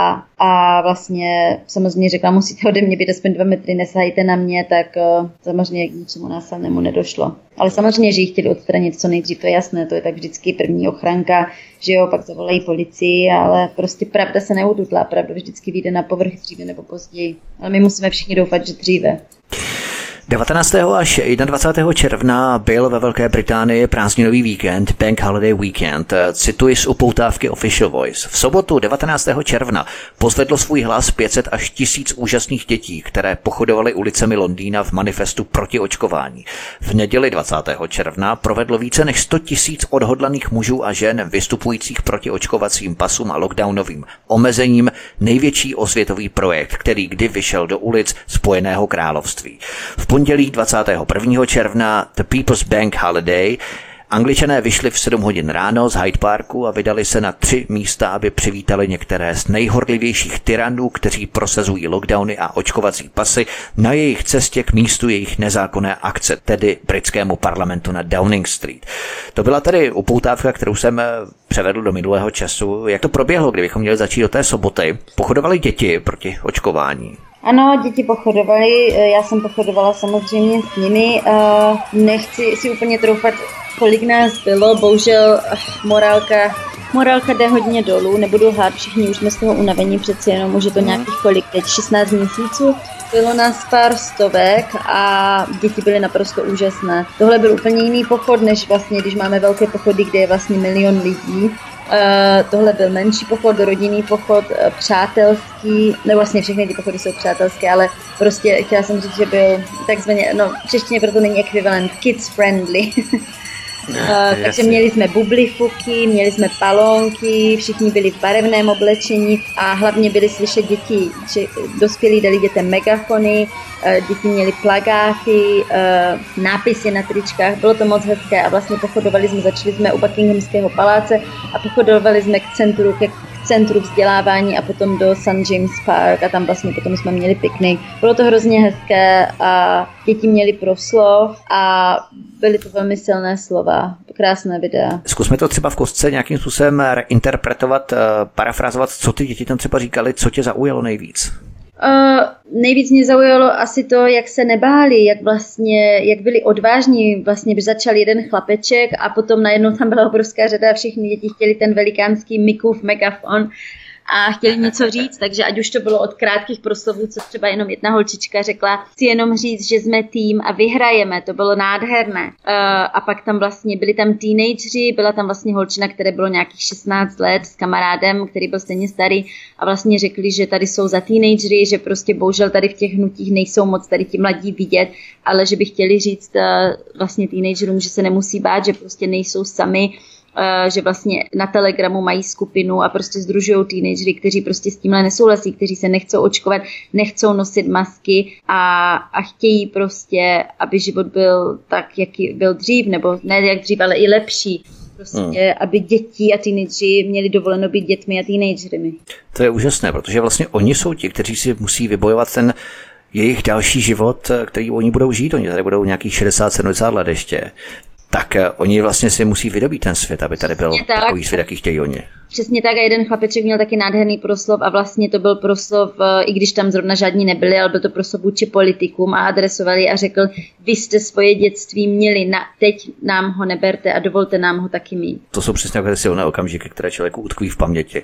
a vlastně samozřejmě řekla, musíte ode mě být aspoň 2 metry, nesahajte na mě, tak samozřejmě k ničemu násilnému nedošlo. Ale samozřejmě, že ji chtěli odstranit co nejdřív, to je jasné, to je tak vždycky první ochranka, že jo, pak zavolají policii, ale prostě pravda se neudutla, pravda vždycky vyjde na povrch dříve nebo později. Ale my musíme všichni doufat, že dříve. 19. až 21. června byl ve Velké Británii prázdninový víkend, Bank Holiday Weekend. Cituji z upoutávky Official Voice. V sobotu 19. června pozvedlo svůj hlas 500 až 1000 úžasných dětí, které pochodovaly ulicemi Londýna v manifestu proti očkování. V neděli 20. června provedlo více než 100 000 odhodlaných mužů a žen vystupujících proti očkovacím pasům a lockdownovým omezením největší osvětový projekt, který kdy vyšel do ulic Spojeného království. V pondělí 21. června The People's Bank Holiday Angličané vyšli v 7 hodin ráno z Hyde Parku a vydali se na 3 místa, aby přivítali některé z nejhorlivějších tyranů, kteří prosazují lockdowny a očkovací pasy na jejich cestě k místu jejich nezákonné akce, tedy britskému parlamentu na Downing Street. To byla tedy upoutávka, kterou jsem převedl do minulého času. Jak to proběhlo, kdybychom měli začít do té soboty? Pochodovali děti proti očkování. Ano, děti pochodovaly, já jsem pochodovala samozřejmě s nimi. Nechci si úplně troufat, kolik nás bylo, bohužel morálka jde hodně dolů, nebudu lhát, všichni už jsme z toho unavení, přeci jenom už je to nějakých kolik teď, 16 měsíců. Bylo nás pár stovek a děti byly naprosto úžasné. Tohle byl úplně jiný pochod, než vlastně, když máme velké pochody, kde je vlastně 1 000 000 lidí. Tohle byl menší pochod, rodinný pochod, přátelský, ne vlastně všechny ty pochody jsou přátelské, ale prostě chtěla jsem říct, že byl takzvaně, v češtině proto není ekvivalent, kids friendly. Takže měli jsme bublifuky, měli jsme palonky, všichni byli v barevném oblečení a hlavně byli slyšet děti, že dospělí dali dětem megafony, děti měli plakáty, nápisy na tričkách, bylo to moc hezké a vlastně začali jsme u Buckinghamského paláce a pochodovali jsme k centru vzdělávání a potom do St. James Park a tam vlastně potom jsme měli piknik. Bylo to hrozně hezké a děti měli proslov a byly to velmi silné slova, krásné videa. Zkusme to třeba v kostce nějakým způsobem reinterpretovat, parafrázovat, co ty děti tam třeba říkali, co tě zaujalo nejvíc? Nejvíc mě zaujalo asi to, jak se nebáli, jak byli odvážní, vlastně by začal jeden chlapeček a potom najednou tam byla obrovská řada a všichni děti chtěli ten velikánský Mikův megafon a chtěli něco říct, takže ať už to bylo od krátkých proslovů, co třeba jenom jedna holčička řekla, chci jenom říct, že jsme tým a vyhrajeme, to bylo nádherné. A pak tam vlastně byli tam teenageři, byla tam vlastně holčina, které bylo nějakých 16 let s kamarádem, který byl stejně starý a vlastně řekli, že tady jsou za teenagery, že prostě bohužel tady v těch hnutích nejsou moc tady ti mladí vidět, ale že by chtěli říct vlastně teenagerům, že se nemusí bát, že prostě nejsou sami, že vlastně na Telegramu mají skupinu a prostě sdružují teenagery, kteří prostě s tímhle nesouhlasí, kteří se nechcou očkovat, nechcou nosit masky a chtějí prostě, aby život byl tak, jaký byl dřív, nebo ne jak dřív, ale i lepší. Prostě, aby děti a teenageři měli dovoleno být dětmi a teenagerymi. To je úžasné, protože vlastně oni jsou ti, kteří si musí vybojovat ten jejich další život, který oni budou žít. Oni tady budou nějakých 60-70 let ještě. Tak oni vlastně si musí vydobít ten svět, aby tady byl takový svět, jaký chtějí oni. Přesně tak a jeden chlapeček měl taky nádherný proslov a vlastně to byl proslov, i když tam zrovna žádní nebyli, ale byl to proslov vůči politikům a adresovali a řekl, vy jste svoje dětství měli, teď nám ho neberte a dovolte nám ho taky mít. To jsou přesně takové silné okamžiky, které člověku utkví v paměti.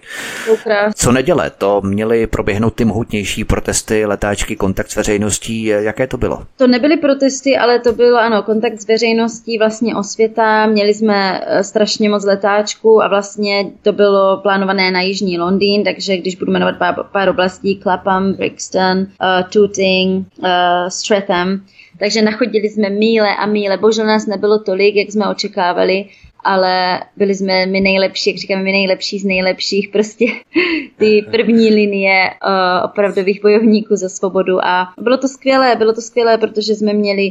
Co neděle, to měly proběhnout ty mohutnější protesty, letáčky, kontakt s veřejností, jaké to bylo? To nebyly protesty, ale to bylo kontakt s veřejností, vlastně osvěta, měli jsme strašně moc letáčků a vlastně to bylo plánované na jižní Londýn, takže když budu jmenovat pár oblastí, Clapham, Brixton, Tooting, Streatham, takže nachodili jsme míle a míle, bohužel nás nebylo tolik, jak jsme očekávali, ale byli jsme my nejlepší, jak říkáme, my nejlepší z nejlepších, prostě ty první linie opravdových bojovníků za svobodu a bylo to skvělé, protože jsme měli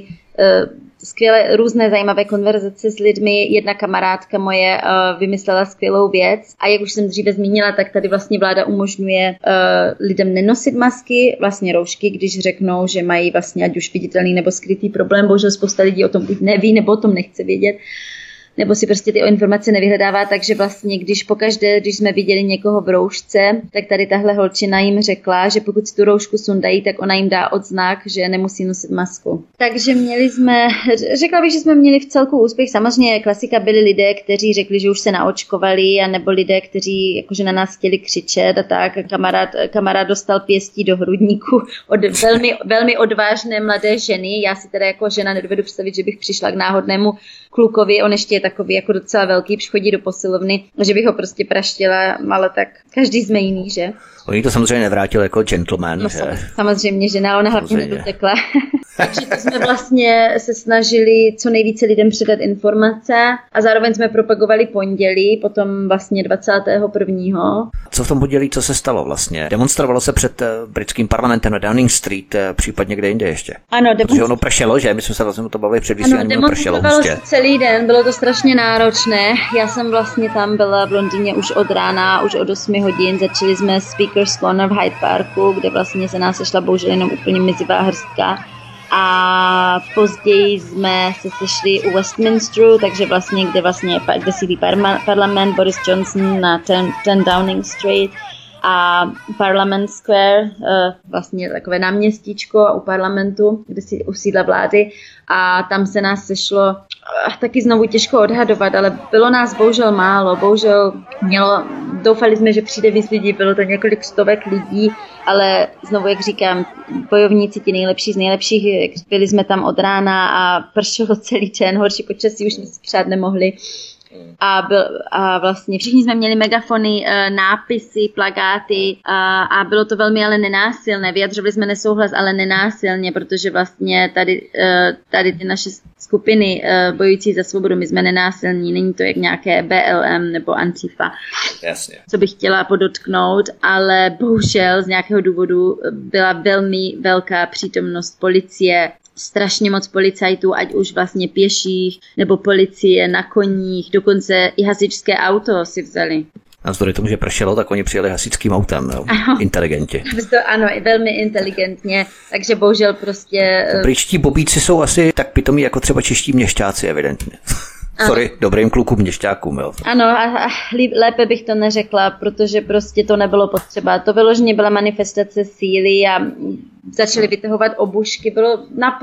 skvělé různé zajímavé konverzace s lidmi. Jedna kamarádka moje vymyslela skvělou věc a jak už jsem dříve zmínila, tak tady vlastně vláda umožňuje lidem nenosit masky, vlastně roušky, když řeknou, že mají vlastně ať už viditelný nebo skrytý problém. Bohužel spousta lidí o tom buď neví, nebo o tom nechce vědět. nebo si prostě ty informace nevyhledává, takže vlastně když pokaždé, když jsme viděli někoho v roušce, tak tady tahle holčina jim řekla, že pokud si tu roušku sundají, tak ona jim dá odznak, že nemusí nosit masku. Takže řekla bych, že jsme měli v celku úspěch. Samozřejmě klasika byli lidé, kteří řekli, že už se naočkovali, a nebo lidé, kteří jakože na nás chtěli křičet a tak. Kamarád dostal pěstí do hrudníku od velmi, velmi odvážné mladé ženy. Já si teda jako žena nedovedu představit, že bych přišla k náhodnému klukovi, on ještě je takový jako docela velký, přichodí do posilovny, že bych ho prostě praštila, ale tak každý jsme jiný, že? Oni to samozřejmě nevrátil jako gentleman, no, že? Samozřejmě, že ne, ona hlavně nedotekla. Takže to jsme vlastně se snažili co nejvíce lidem předat informace a zároveň jsme propagovali pondělí, potom vlastně 21. Co v tom pondělí, co se stalo vlastně? Demonstrovalo se před britským parlamentem na Downing Street, případně kde jinde ještě? Ano, protože ono pršelo, že? My jsme se vlastně to bavili před vysíláním, pršelo hustě. Celý den, bylo to strašně náročné. Já jsem vlastně tam byla v Londýně už od rána, už od 8 hodin. Začali jsme Speaker's Corner v Hyde Parku, kde vlastně se nás sešla bohužel jenom úplně mizivá hrstka. A později jsme se sešli u Westminsteru, takže vlastně, kde sídlí parlament, Boris Johnson na 10 Downing Street a Parliament Square, vlastně takové náměstíčko u parlamentu, kde si usídla vlády, a tam se nás sešlo taky znovu těžko odhadovat, ale bylo nás bohužel málo, doufali jsme, že přijde víc lidí, bylo to několik stovek lidí, ale znovu, jak říkám, bojovníci, ti nejlepší z nejlepších, byli jsme tam od rána a pršelo celý den, horší počasí už jsme si přát nemohli. A vlastně všichni jsme měli megafony, nápisy, plakáty a bylo to velmi ale nenásilné. Vyjadřovali jsme nesouhlas, ale nenásilně, protože vlastně tady ty naše skupiny bojující za svobodu, my jsme nenásilní, není to jak nějaké BLM nebo Antifa. Jasně. Co bych chtěla podotknout, ale bohužel z nějakého důvodu byla velmi velká přítomnost policie, strašně moc policajtů, ať už vlastně pěších, nebo policie na koních, dokonce i hasičské auto si vzali. Navzdory tomu, že pršelo, tak oni přijeli hasičským autem, no. Inteligenti. Ano, velmi inteligentně, takže bohužel prostě... Britští bobíci jsou asi tak pitomí jako třeba čeští měšťáci, evidentně. Sorry, dobrým klukům měšťákům, jo. Ano, a lépe bych to neřekla, protože prostě to nebylo potřeba. To vyloženě byla manifestace síly a začali vytahovat obušky. Bylo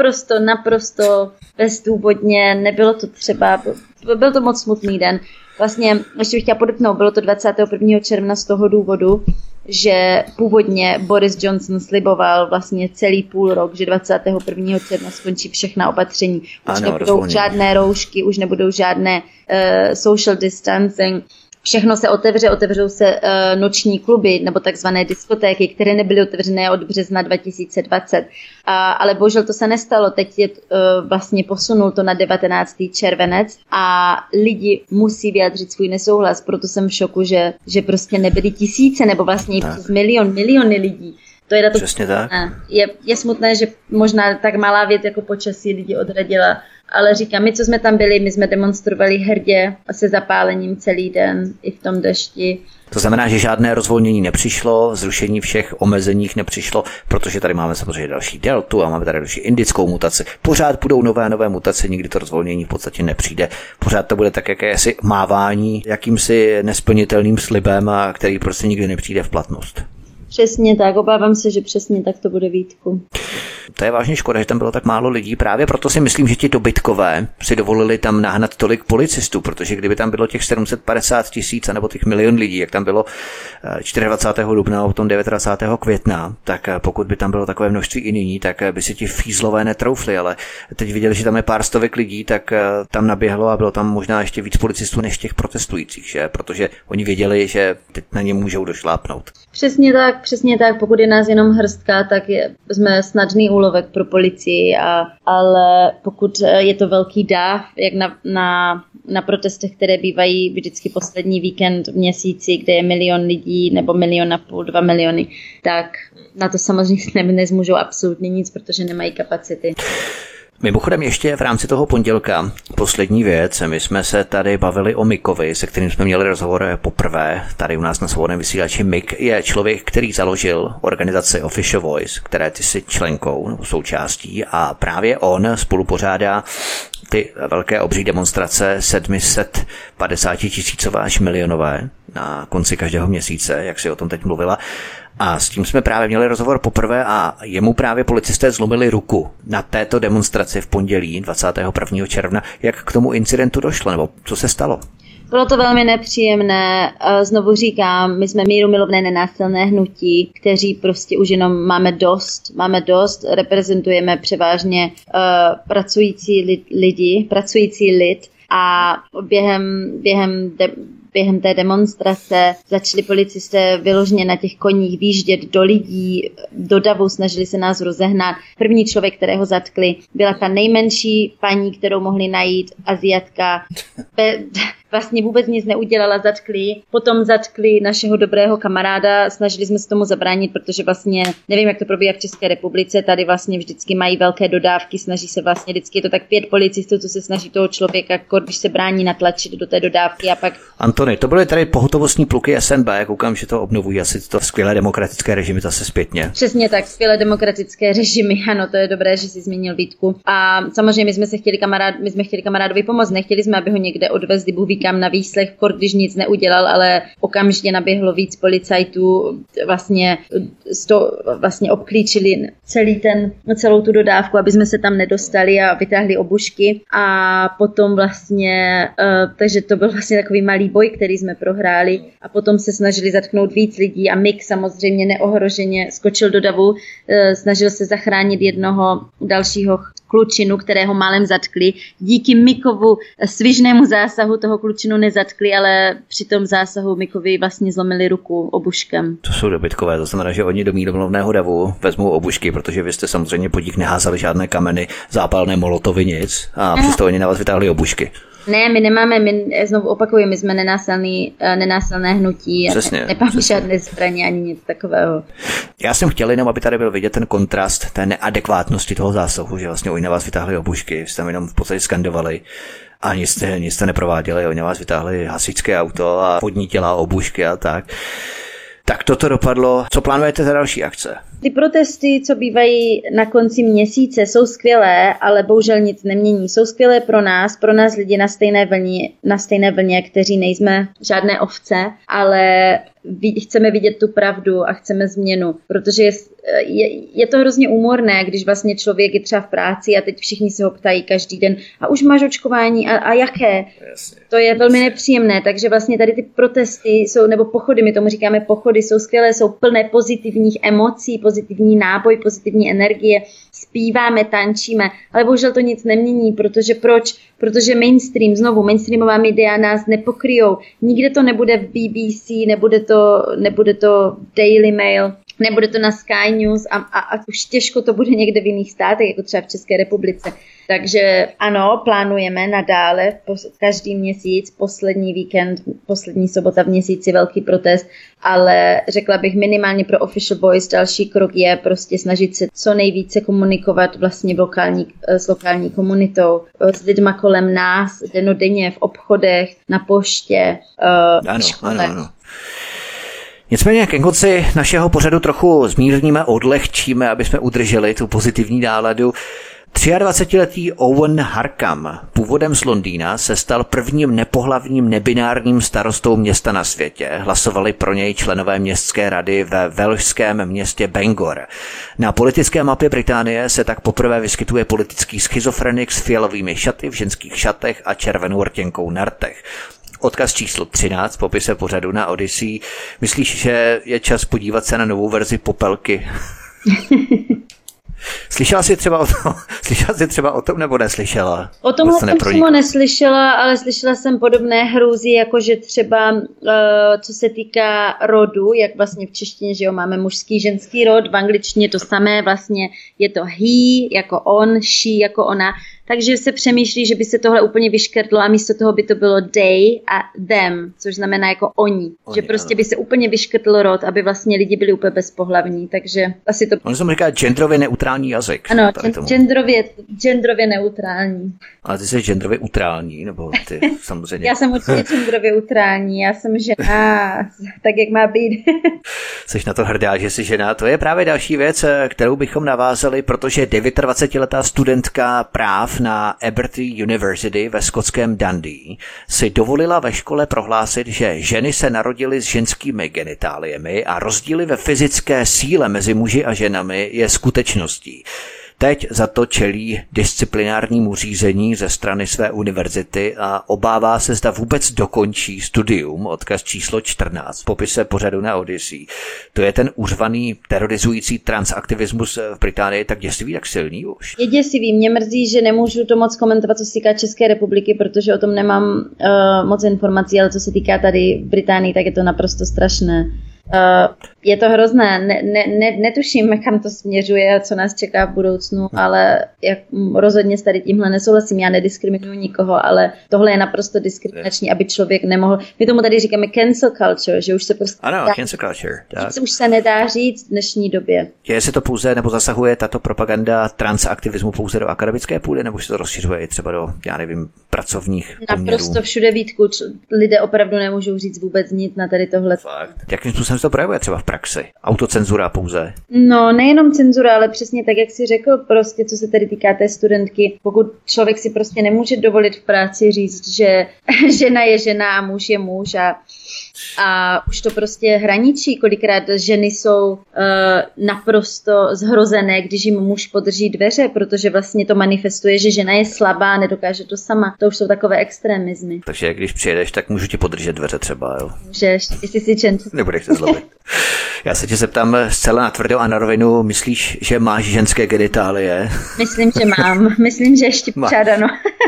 naprosto bezdůvodně, nebylo to třeba, byl to moc smutný den. Vlastně, ještě bych chtěla podotknout, bylo to 21. června z toho důvodu, že původně Boris Johnson sliboval vlastně celý půl rok, že 21. června skončí všechna opatření. Už nebudou žádné roušky, už nebudou žádné social distancing. Všechno se otevřou se noční kluby nebo takzvané diskotéky, které nebyly otevřené od března 2020. Ale bohužel to se nestalo. Teď je vlastně posunul to na 19. červenec a lidi musí vyjádřit svůj nesouhlas. Proto jsem v šoku, že prostě nebyly tisíce nebo vlastně i přes miliony lidí. To je přesně tak. Je smutné, že možná tak malá věc jako počasí lidi odradila. Ale říkám, my, co jsme tam byli, my jsme demonstrovali hrdě a se zapálením celý den i v tom dešti. To znamená, že žádné rozvolnění nepřišlo, zrušení všech omezeních nepřišlo, protože tady máme samozřejmě další deltu a máme tady další indickou mutaci. Pořád budou nové mutace, nikdy to rozvolnění v podstatě nepřijde. Pořád to bude tak jakési mávání jakýmsi nesplnitelným slibem, a který prostě nikdy nepřijde v platnost. Přesně tak, obávám se, že přesně tak to bude, Vítku. To je vážně škoda, že tam bylo tak málo lidí. Právě proto si myslím, že ti dobytkové si dovolili tam nahnat tolik policistů, protože kdyby tam bylo těch 750 000 nebo těch 1 milion lidí, jak tam bylo 24. dubna a potom 29. května, tak pokud by tam bylo takové množství i nyní, tak by si ti fízlové netroufli, ale teď viděli, že tam je pár stovek lidí, tak tam naběhlo a bylo tam možná ještě víc policistů než těch protestujících, že? Protože oni věděli, že teď na ně můžou došlápnout. Přesně tak, pokud je nás jenom hrstka, tak jsme snadný úlovek pro policii, ale pokud je to velký dáv, jak na protestech, které bývají vždycky poslední víkend v měsíci, kde je 1 milion lidí nebo 1,5 milionu, 2 miliony, tak na to samozřejmě nezmůžou absolutně nic, protože nemají kapacity. Mimochodem ještě v rámci toho pondělka poslední věc. My jsme se tady bavili o Mikovi, se kterým jsme měli rozhovor poprvé tady u nás na svobodném vysílači. Mik je člověk, který založil organizaci Official Voice, které ty jsi členkou nebo součástí, a právě on spolupořádá ty velké obří demonstrace 750 tisícové až milionové na konci každého měsíce, jak si o tom teď mluvila. A s tím jsme právě měli rozhovor poprvé a jemu právě policisté zlomili ruku na této demonstraci v pondělí 21. června. Jak k tomu incidentu došlo, nebo co se stalo? Bylo to velmi nepříjemné. Znovu říkám, my jsme mírumilovné nenásilné hnutí, kteří prostě už jenom máme dost, reprezentujeme převážně pracující lid a během té demonstrace začali policisté vyloženě na těch koních výjíždět do lidí, do davu, snažili se nás rozehnat. První člověk, kterého zatkli, byla ta nejmenší paní, kterou mohli najít, Aziatka. Vlastně vůbec nic neudělala, zatkli. Potom zatkli našeho dobrého kamaráda, snažili jsme se tomu zabránit, protože vlastně, nevím, jak to probíhá v České republice, tady vlastně vždycky mají velké dodávky, snaží se vlastně, vždycky je to tak 5 policistů, co se snaží toho člověka, když se brání, natlačit do té dodávky a pak... Antony, to byly tady pohotovostní pluky SNB, koukám, že to obnovují asi to skvělé demokratické režimy zase zpětně. Přesně tak, skvělé demokratické režimy, ano, to je dobré, že jsi zmínil Vítku. A samozřejmě my jsme chtěli kamarádovi pomoct, nechtěli jsme, aby ho někde odvezli, Bůh ví kam na výslech, když nic neudělal, ale okamžitě naběhlo víc policajtů, vlastně obklíčili celou tu dodávku, aby jsme se tam nedostali a vytáhli obušky a potom vlastně, takže to byl vlastně takový malý boj, který jsme prohráli a potom se snažili zatknout víc lidí a Mick samozřejmě neohroženě skočil do davu, snažil se zachránit jednoho dalšího klučinu, kterého málem zatkli. Díky Mickovu svižnému zásahu toho klučinu nezatkli, ale při tom zásahu Mickovi vlastně zlomili ruku obuškem. To jsou dobytkové, to znamená, že oni do mírumilovného davu vezmou obušky, protože vy jste samozřejmě podnik neházali žádné kameny, zápalné molotovy, nic a přesto oni na vás vytáhli obušky. Ne, my nemáme, znovu opakuju, my jsme nenásilné hnutí, nemáme žádné zbraně ani nic takového. Já jsem chtěl jenom, aby tady byl vidět ten kontrast té neadekvátnosti toho zásahu, že vlastně oni na vás vytáhli obušky, jste tam jenom v podstatě skandovali a nic jste neprováděli, oni na vás vytáhli hasičské auto a vodní těla, obušky a tak. Tak toto dopadlo. Co plánujete za další akce? Ty protesty, co bývají na konci měsíce, jsou skvělé, ale bohužel nic nemění. Jsou skvělé pro nás lidi na stejné vlně, kteří nejsme žádné ovce, ale chceme vidět tu pravdu a chceme změnu, protože je to hrozně úmorné, když vlastně člověk je třeba v práci a teď všichni se ho ptají každý den a už máš očkování a jaké? To je velmi nepříjemné, takže vlastně tady ty protesty jsou, nebo pochody, my tomu říkáme pochody, jsou skvělé, jsou plné pozitivních emocí, pozitivní náboj, pozitivní energie, zpíváme, tančíme, ale bohužel to nic nemění, protože proč? Protože mainstreamová média nás nepokryjou. Nikde to nebude v BBC, nebude to Daily Mail, nebude to na Sky News a už těžko to bude někde v jiných státech, jako třeba v České republice. Takže ano, plánujeme nadále každý měsíc, poslední víkend, poslední sobota v měsíci velký protest, ale řekla bych minimálně pro Official Boys další krok je prostě snažit se co nejvíce komunikovat vlastně s lokální komunitou, s lidma kolem nás, dennodenně v obchodech, na poště, v škole. Ano. Nicméně ke konci našeho pořadu trochu zmírníme, odlehčíme, aby jsme udrželi tu pozitivní náladu. 23letý Owen Harkham, původem z Londýna, se stal prvním nepohlavním nebinárním starostou města na světě. Hlasovali pro něj členové městské rady ve velšském městě Bangor. Na politické mapě Británie se tak poprvé vyskytuje politický schizofrenik s fialovými šaty v ženských šatech a červenou rtěnkou na rtech. Odkaz číslo 13 v popise pořadu na Odyssey. Myslíš, že je čas podívat se na novou verzi Popelky? Slyšela jsi třeba o tom, nebo neslyšela? O tomhle jsem přímo neslyšela, ale slyšela jsem podobné hrůzy, jakože třeba co se týká rodu, jak vlastně v češtině, že jo, máme mužský, ženský rod, v angličtině to samé, vlastně je to he jako on, she jako ona, takže se přemýšlí, že by se tohle úplně vyškrtlo a místo toho by to bylo they a them, což znamená jako oni že prostě by se úplně vyškrtl rod, aby vlastně lidi byli úplně bezpohlavní, takže asi to... On se říká genderově neutrální jazyk. Ano, genderově neutrální. Ale ty jsi genderově utrální, nebo ty samozřejmě... Já jsem určitě genderově utrální, já jsem žena, tak jak má být. Jsi na to hrdá, že jsi žena. To je právě další věc, kterou bychom navázali, protože 29letá studentka práv prof na Abertry University ve skotském Dundee si dovolila ve škole prohlásit, že ženy se narodily s ženskými genitáliemi a rozdíly ve fyzické síle mezi muži a ženami je skutečností. Teď za to čelí disciplinárnímu řízení ze strany své univerzity a obává se, zda vůbec dokončí studium, odkaz číslo 14 v popise pořadu na Odyssey. To je ten uřvaný terorizující transaktivismus v Británii tak děsivý, tak silný už. Je děsivý, mě mrzí, že nemůžu to moc komentovat, co se týká České republiky, protože o tom nemám moc informací, ale co se týká tady Británii, tak je to naprosto strašné. Je to hrozné, netuším, kam to směřuje a co nás čeká v budoucnu, ale rozhodně s tady tímhle nesouhlasím, já nediskriminuji nikoho, ale tohle je naprosto diskriminační, aby člověk nemohl, my tomu tady říkáme cancel culture, že už se prostě cancel culture, tak. Už se nedá říct v dnešní době. Děje se to pouze, nebo zasahuje tato propaganda transaktivismu pouze do akademické půdy, nebo se to rozšiřuje i třeba do, já nevím, pracovních poměrů? Naprosto všude, Vítku, lidé opravdu nemůžou říct vůbec nic na tady tohle. Fakt. Jakým způsobem se to projevuje třeba v praxi? Autocenzura pouze? No, nejenom cenzura, ale přesně tak, jak jsi řekl, prostě, co se tady týká té studentky. Pokud člověk si prostě nemůže dovolit v práci říct, že žena je žena a muž je muž a už to prostě hraničí, kolikrát ženy jsou naprosto zhrozené, když jim muž podrží dveře, protože vlastně to manifestuje, že žena je slabá, nedokáže to sama. To už jsou takové extremismy. Takže když přijedeš, tak můžu ti podržet dveře třeba, jo? Můžeš, jestli si čent. Nebudeš se zlobit. Já se tě zeptám zcela natvrdo a na rovinu, myslíš, že máš ženské genitálie? Myslím, že mám. Myslím, že ještě pořád ano.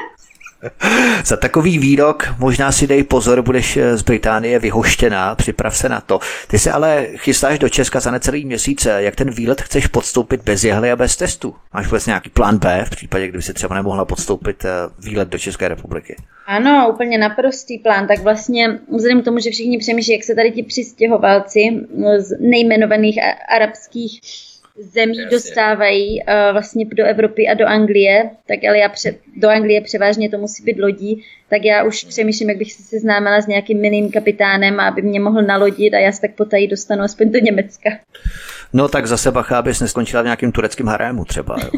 Za takový výrok možná si dej pozor, budeš z Británie vyhoštěná, připrav se na to. Ty se ale chystáš do Česka za necelý měsíc. Jak ten výlet chceš podstoupit bez jehly a bez testu? Máš vůbec nějaký plán B v případě, kdyby si třeba nemohla podstoupit výlet do České republiky? Ano, úplně naprostý plán. Tak vlastně vzhledem k tomu, že všichni přemýšlí, jak se tady ti přistěhovalci z nejmenovaných arabských zemí dostávají vlastně do Evropy a do Anglie, tak ale do Anglie převážně to musí být lodí, tak já už přemýšlím, jak bych se seznámila s nějakým milým kapitánem, aby mě mohl nalodit a já se tak potají dostanu aspoň do Německa. No tak zase bacha, abys neskončila v nějakým tureckém harému třeba, jo.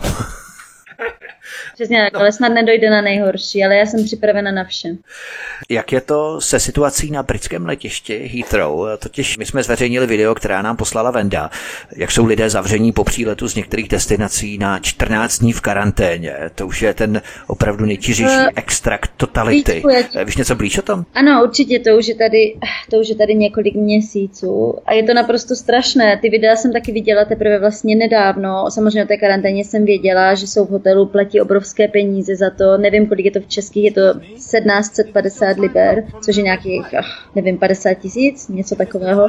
Přesně tak, ale snad nedojde na nejhorší, ale já jsem připravena na vše. Jak je to se situací na britském letišti Heathrow? Totiž my jsme zveřejnili video, která nám poslala Venda, jak jsou lidé zavření po příletu z některých destinací na 14 dní v karanténě. To už je ten opravdu nejtířejší extrakt totality. Víš něco blíž o tom? Ano, určitě, to už je tady několik měsíců a je to naprosto strašné. Ty videa jsem taky viděla teprve vlastně nedávno. Samozřejmě o té karanténě jsem věděla, že jsou v hotelu, platí obrovské peníze za to. Nevím, kolik je to v českých, je to 1750 liber, což je nějakých, nevím, 50 000, něco takového.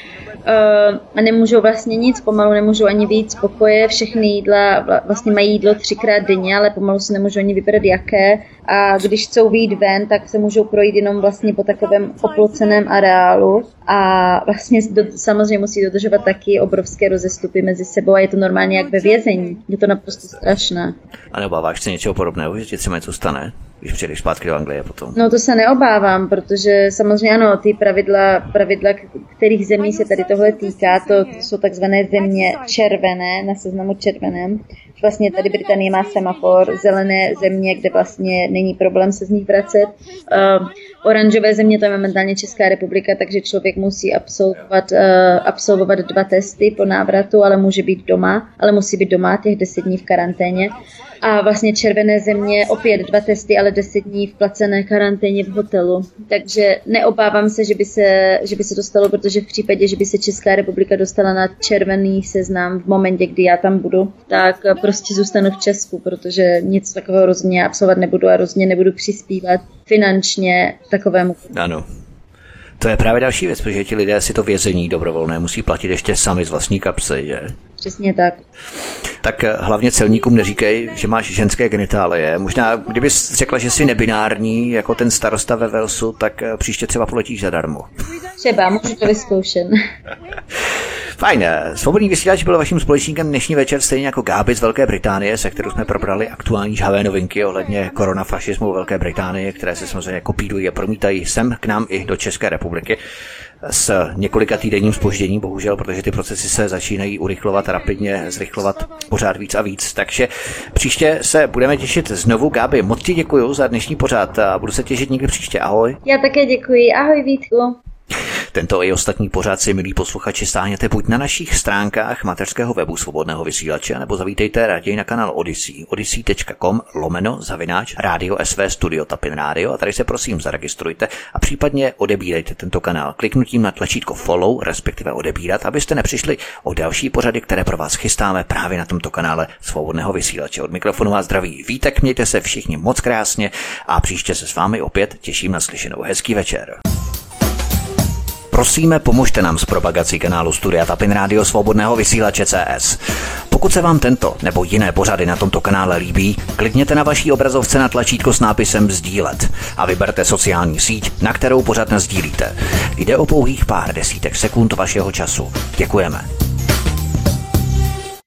A nemůžou vlastně nic, pomalu nemůžou ani víc pokoje, všechny jídla, vlastně mají jídlo 3krát denně, ale pomalu se nemůžou ani vybrat jaké a když chcou vyjít ven, tak se můžou projít jenom vlastně po takovém oploceném areálu a vlastně samozřejmě musí dodržovat taky obrovské rozestupy mezi sebou a je to normálně jak ve vězení, je to naprosto strašné. A neobáváš se něčeho podobného, že ti třeba něco stane, když přijdeš zpátky do Anglie potom? No to se neobávám, protože samozřejmě ano, ty pravidla, kterých zemí se tady tohle týká, to jsou takzvané země červené, na seznamu červeném. Vlastně tady Británie má semafor, zelené země, kde vlastně není problém se z nich vracet. Oranžové země, to je momentálně Česká republika, takže člověk musí absolvovat 2 testy po návratu, ale musí být doma těch 10 dní v karanténě. A vlastně červené země opět 2 testy, ale 10 dní v placené karanténě v hotelu. Takže neobávám se, že by se to stalo, protože v případě, že by se Česká republika dostala na červený seznam v momentě, kdy já tam budu, tak prostě zůstanu v Česku, protože nic takového rozhodně absolvovat nebudu a rozhodně nebudu přispívat finančně takovému. Ano. To je právě další věc, protože ti lidé si to vězení dobrovolné musí platit ještě sami z vlastní kapsy, že? Přesně tak. Tak hlavně celníkům neříkej, že máš ženské genitálie. Možná, kdybys řekla, že jsi nebinární, jako ten starosta ve Walesu, tak příště třeba poletíš zadarmo. Třeba, můžu to vyzkoušet. Fajn, Svobodný vysílač byl vaším společníkem dnešní večer, stejně jako Gáby z Velké Británie, se kterou jsme probrali aktuální žhavé novinky ohledně koronafašismu Velké Británie, které se samozřejmě kopírují a promítají sem k nám i do České republiky s několika týdenním zpožděním, bohužel, protože ty procesy se začínají urychlovat, rapidně zrychlovat pořád víc a víc. Takže příště se budeme těšit znovu. Gáby, moc ti děkuju za dnešní pořad a budu se těšit někdy příště. Ahoj. Já také děkuji. Ahoj Vítku. Tento i ostatní pořad si, milí posluchači, stáhněte buď na našich stránkách mateřského webu Svobodného vysílače, nebo zavítejte raději na kanál Odyssey, odyssey.com/Radio SV Studio Tapin Radio a tady se prosím zaregistrujte a případně odebírejte tento kanál kliknutím na tlačítko follow, respektive odebírat, abyste nepřišli o další pořady, které pro vás chystáme právě na tomto kanále Svobodného vysílače. Od mikrofonu vás zdraví Vítek, mějte se všichni moc krásně a příště se s vámi opět těším na slyšenou. Hezký večer. Prosíme, pomožte nám s propagací kanálu Studia Tapin Radio Svobodného vysílače CS. Pokud se vám tento nebo jiné pořady na tomto kanále líbí, klikněte na vaší obrazovce na tlačítko s nápisem sdílet a vyberte sociální síť, na kterou pořad nasdílíte. Jde o pouhých pár desítek sekund vašeho času. Děkujeme.